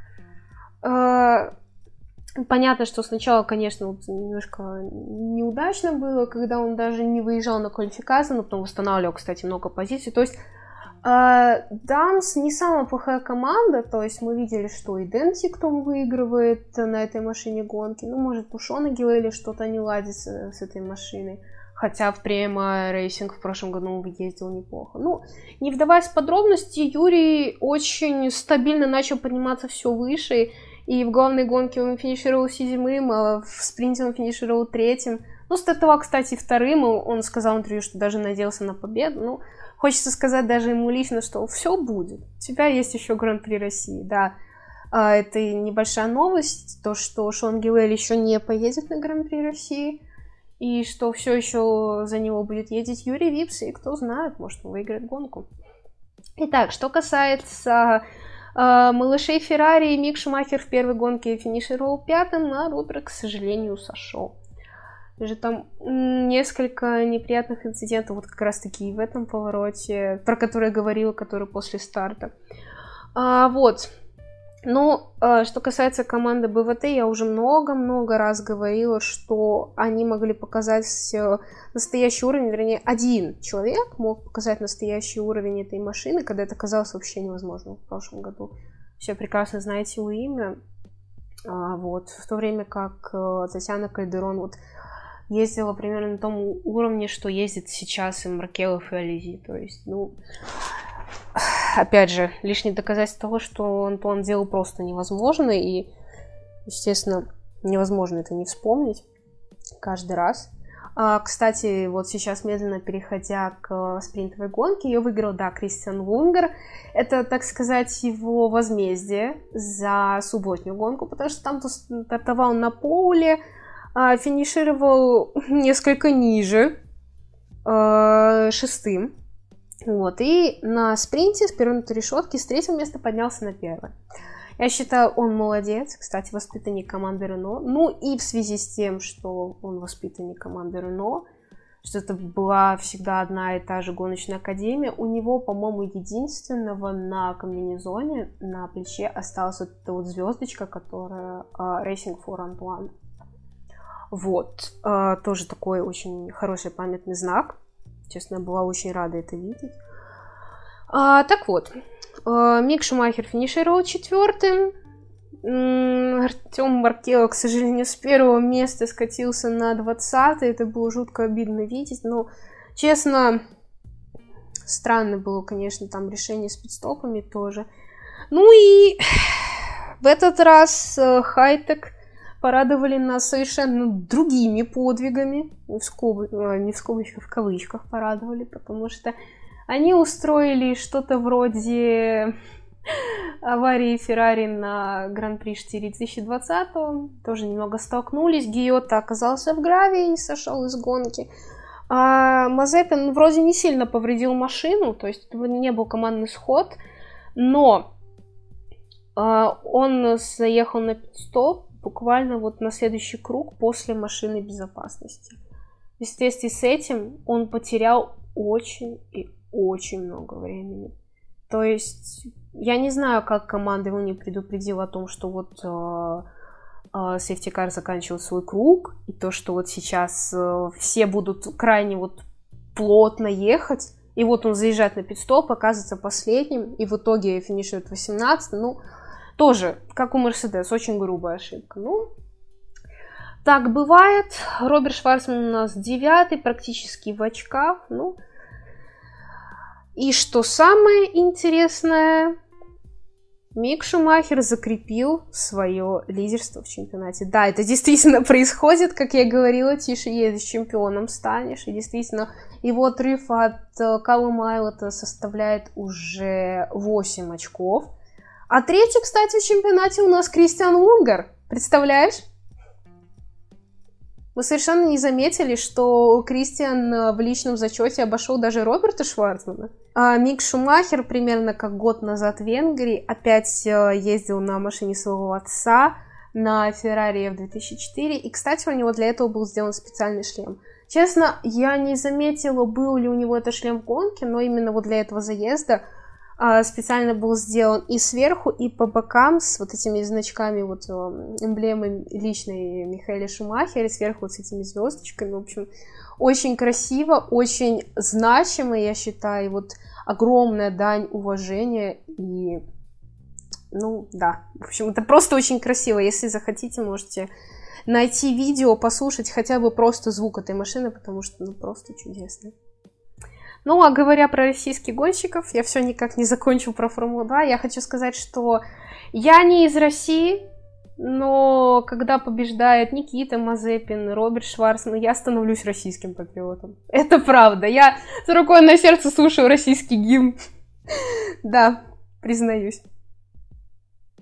Понятно, что сначала, конечно, вот немножко неудачно было, когда он даже не выезжал на квалификацию, но потом восстанавливал, кстати, много позиций, то есть Дамс не самая плохая команда, то есть мы видели, что и Денсиктон выигрывает на этой машине гонки, ну, может, у Шона Гилэля что-то не ладится с этой машиной, хотя в Prema Racing в прошлом году он ездил неплохо. Ну, не вдаваясь в подробности, Юрий очень стабильно начал подниматься все выше, и в главной гонке он финишировал 7-м, а в спринте он финишировал 3-м. Ну, стартовал, кстати, 2-м, он сказал в интервью, что даже надеялся на победу, ну, хочется сказать даже ему лично, что все будет. У тебя есть еще Гран-при России, да. Это небольшая новость, то, что Шон Гилель еще не поедет на Гран-при России, и что все еще за него будет ездить Юрий Випс, и кто знает, может, он выиграет гонку. Итак, что касается малышей Феррари, Мик Шумахер в первой гонке финишировал 5-м, а Роберт, к сожалению, сошел. Даже там несколько неприятных инцидентов, вот как раз-таки в этом повороте, про который я говорила, который после старта. Вот. Ну, что касается команды БВТ, я уже много-много раз говорила, что они могли показать настоящий уровень, вернее, один человек мог показать настоящий уровень этой машины, когда это казалось вообще невозможным в прошлом году. Все прекрасно знаете его имя. Вот. В то время как Татьяна Кальдерон вот ездила примерно на том уровне, что ездит сейчас и Маркелов, и Ализи. То есть, ну... Опять же, лишнее доказательство того, что Антуан делал просто невозможно, и, естественно, невозможно это не вспомнить каждый раз. Кстати, вот сейчас, медленно переходя к спринтовой гонке, ее выиграл, да, Кристиан Лунгер. Это, так сказать, его возмездие за субботнюю гонку, потому что там стартовал на поле, финишировал несколько ниже, 6-м. Вот, и на спринте с первой решетки с 3-го места поднялся на 1-е. Я считаю, он молодец. Кстати, воспитанник команды Рено. Ну и в связи с тем, что он воспитанник команды Рено, что это была всегда одна и та же гоночная академия, у него, по-моему, единственного на комбинезоне, на плече осталась вот эта вот звездочка, которая Racing for Antoine. Вот. Тоже такой очень хороший памятный знак. Честно, я была очень рада это видеть. Так вот, Мик Шумахер финишировал 4-м. Артем Маркело, к сожалению, с 1-го места скатился на 20-е. Это было жутко обидно видеть. Но, честно, странно было, конечно, там решение с пидстопами тоже. Ну и в этот раз Хайтек порадовали нас совершенно другими подвигами. Не в скобочках, в кавычках порадовали, потому что они устроили что-то вроде аварии Феррари на Гран-при Штири 2020. Тоже немного столкнулись. Гиотто оказался в гравии и сошел из гонки. А Мазепин вроде не сильно повредил машину, то есть это не был командный сход, но он заехал на пит-стоп буквально вот на следующий круг после машины безопасности. В соответствии с этим он потерял очень и очень много времени. То есть я не знаю, как команда его не предупредила о том, что вот сейфти-кар заканчивает свой круг, и то, что вот сейчас все будут крайне вот плотно ехать, и вот он заезжает на пит-стоп, оказывается последним, и в итоге финиширует 18-м. Ну, тоже, как у Мерседес, очень грубая ошибка. Ну, так бывает. Роберт Шварцман у нас 9-й, практически в очках. Ну, и что самое интересное, Мик Шумахер закрепил свое лидерство в чемпионате. Да, это действительно происходит, как я говорила, тише едешь, чемпионом станешь. И действительно, его отрыв от Калума Айлота составляет уже 8 очков. А третий, кстати, в чемпионате у нас Кристиан Лунгер. Представляешь? Мы совершенно не заметили, что Кристиан в личном зачете обошел даже Роберта Шварцмана. А Мик Шумахер примерно как год назад в Венгрии опять ездил на машине своего отца на Ferrari F2004. И, кстати, у него для этого был сделан специальный шлем. Честно, я не заметила, был ли у него этот шлем в гонке, но именно вот для этого заезда специально был сделан и сверху, и по бокам с вот этими значками, вот эмблемой личной Михаэля Шумахера, и сверху вот с этими звездочками. В общем, очень красиво, очень значимо, я считаю, и вот огромная дань уважения. И, ну, да, в общем, это просто очень красиво. Если захотите, можете найти видео, послушать хотя бы просто звук этой машины, потому что, ну, просто чудесно. Ну, а говоря про российских гонщиков, я все никак не закончу про Формулу-2. Я хочу сказать, что я не из России, но когда побеждает Никита Мазепин, Роберт Шварцман, я становлюсь российским патриотом. Это правда. Я с рукой на сердце слушаю российский гимн. Да, признаюсь.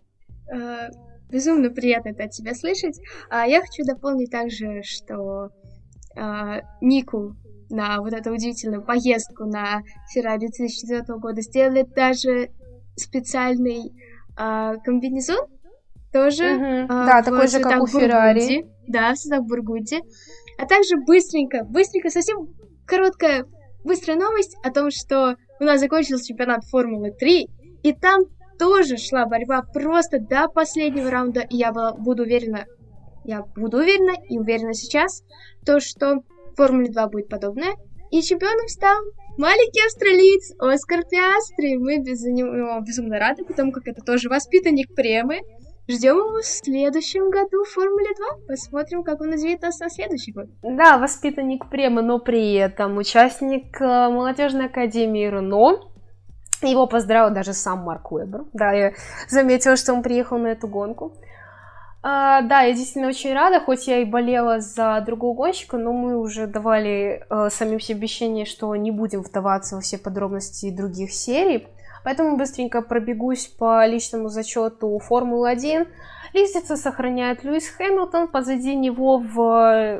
Безумно приятно это от тебя слышать. Я хочу дополнить также, что Нику на вот эту удивительную поездку на Феррари 2004 года сделали даже специальный комбинезон, тоже да, такой же, как у Феррари. Да, в цветах Бургундии. А также быстренько, совсем короткая, быстрая новость о том, что у нас закончился чемпионат Формулы 3, и там тоже шла борьба просто до последнего раунда, и я буду уверена и уверена сейчас, то, что в Формуле 2 будет подобное, и чемпионом стал маленький австралиец Оскар Пиастри. Мы за него безумно рады, потому как это тоже воспитанник Премы. Ждем его в следующем году в Формуле 2. Посмотрим, как он развеет нас на следующий год. Да, воспитанник Премы, но при этом участник молодежной академии Рено. Его поздравил даже сам Марк Уэббер. Да, я заметила, что он приехал на эту гонку. Да, я действительно очень рада, хоть я и болела за другого гонщика, но мы уже давали самим себе обещание, что не будем вдаваться во все подробности других серий. Поэтому быстренько пробегусь по личному зачету Формулы-1. Лестница сохраняет Льюис Хэмилтон, позади него в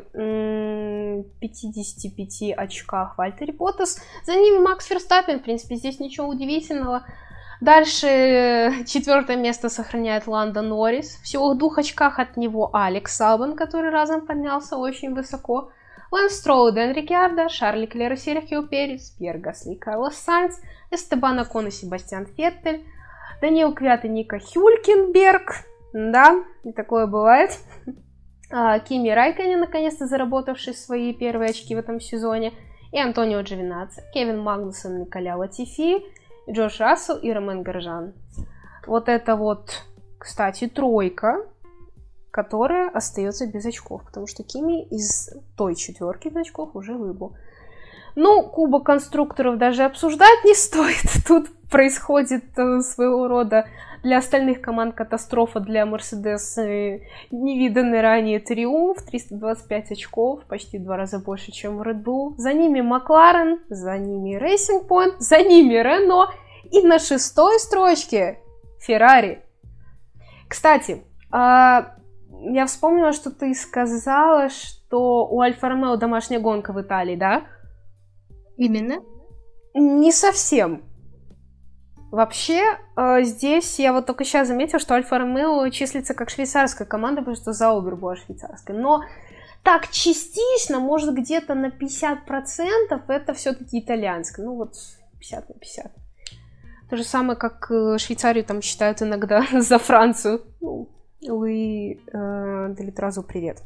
55 очках Вальтери Боттас, за ними Макс Ферстаппен, в принципе, здесь ничего удивительного. Дальше 4-е место сохраняет Ландо Норрис, всего в 2 очках от него Алекс Албан, который разом поднялся очень высоко. Лэнс Строул, Дэн Рикьярдо, Шарль Леклер и Серхио Перес, Пьер Гасли, Карлос Сайнц, Эстебан Окон и Себастьян Феттель, Даниил Квят и Ника Хюлькенберг. Да, и такое бывает. Кими Райконен, наконец-то заработавший свои первые очки в этом сезоне, и Антонио Джовинаци, Кевин Магнусон, Николя Латифи, Джордж Рассел и Ромен Гросжан. Вот это вот, кстати, тройка, которая остается без очков, потому что Кими из той 4 без очков уже выбыл. Ну, Кубок конструкторов даже обсуждать не стоит. Тут происходит своего рода для остальных команд катастрофа, для Мерседес невиданный ранее триумф, 325 очков, почти в 2 раза больше, чем у Red Bull. За ними Макларен, за ними Racing Point, за ними Рено и на 6-й строчке Феррари. Кстати, я вспомнила, что ты сказала, что у Альфа-Ромео домашняя гонка в Италии, да? Именно. Не совсем. Вообще, здесь я вот только сейчас заметила, что Альфа-Ромео числится как швейцарская команда, потому что Заубер была швейцарская. Но так частично, может где-то на 50% это все-таки итальянская. Ну вот 50 на 50. То же самое, как Швейцарию там считают иногда за Францию. Ну, Луи Делитразу привет.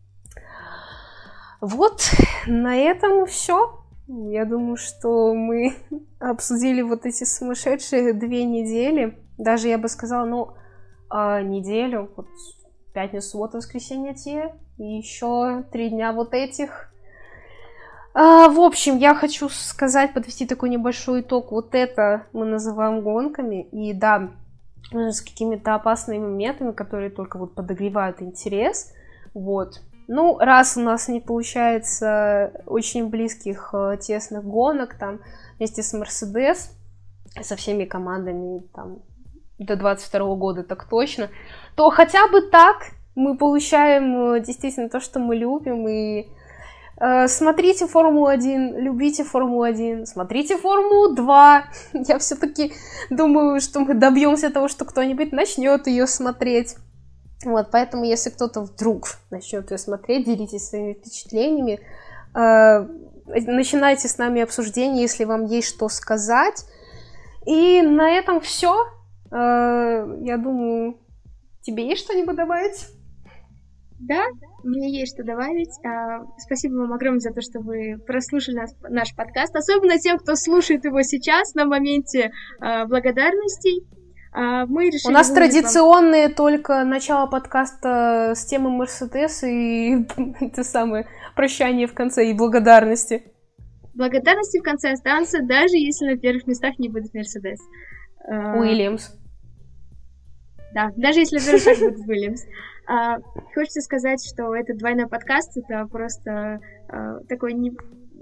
Вот, на этом все. Я думаю, что мы обсудили вот эти сумасшедшие 2 недели. Даже, я бы сказала, неделю. Вот пятницу, субботу, воскресенье те. И еще 3 дня вот этих. В общем, я хочу сказать, подвести такой небольшой итог. Вот это мы называем гонками. И да, с какими-то опасными моментами, которые только вот подогревают интерес. Вот. Ну, раз у нас не получается очень близких, тесных гонок, там, вместе с Мерседес, со всеми командами, там, до 22 года так точно, то хотя бы так мы получаем действительно то, что мы любим, и смотрите Формулу-1, любите Формулу-1, смотрите Формулу-2. Я все-таки думаю, что мы добьемся того, что кто-нибудь начнет ее смотреть. Вот, поэтому, если кто-то вдруг начнет ее смотреть, делитесь своими впечатлениями, начинайте с нами обсуждение, если вам есть что сказать. И на этом все. Я думаю, тебе есть что-нибудь добавить? Да, мне есть что добавить. Спасибо вам огромное за то, что вы прослушали наш подкаст. Особенно тем, кто слушает его сейчас, на моменте благодарностей. У нас традиционные только начало подкаста с темы Мерседес и это самое прощание в конце и благодарности. Благодарности в конце останутся, даже если на первых местах не будет Мерседес. Уильямс. Да, даже если на первых местах будет Уильямс. Хочется сказать, что этот двойной подкаст — это просто такой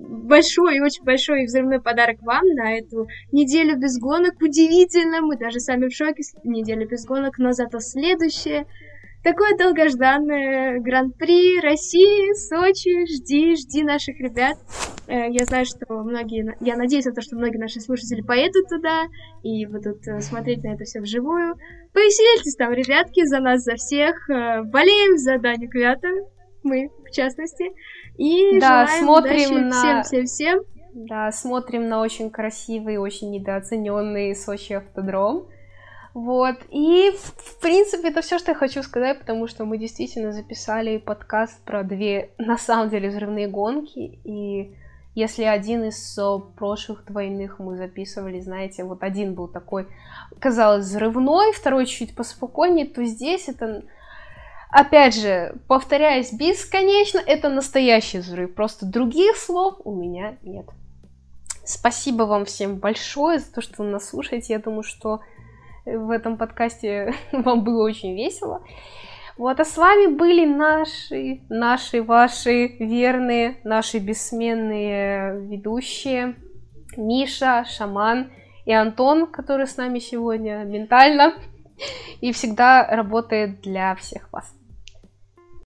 большой, очень большой взрывной подарок вам на эту неделю без гонок. Удивительно, мы даже сами в шоке. Неделя без гонок, но зато следующее. Такое долгожданное Гран-при России, Сочи. Жди наших ребят. Я знаю, что я надеюсь на то, что многие наши слушатели поедут туда и будут смотреть на это все вживую. Повеселитесь там, ребятки, за нас, за всех. Болеем за Даню Квята, мы, в частности. И да, желаем удачи всем. Да, смотрим на очень красивый, очень недооцененный Сочи автодром. Вот, и, в принципе, это все, что я хочу сказать, потому что мы действительно записали подкаст про 2, на самом деле, взрывные гонки, и если один из прошлых двойных мы записывали, знаете, вот один был такой, казалось, взрывной, второй чуть поспокойнее, то здесь это, опять же, повторяюсь бесконечно, это настоящий взрыв, просто других слов у меня нет. Спасибо вам всем большое за то, что вы нас слушаете, я думаю, что в этом подкасте вам было очень весело. Вот, а с вами были ваши верные, наши бессменные ведущие Миша, Шаман и Антон, который с нами сегодня ментально и всегда работает для всех вас.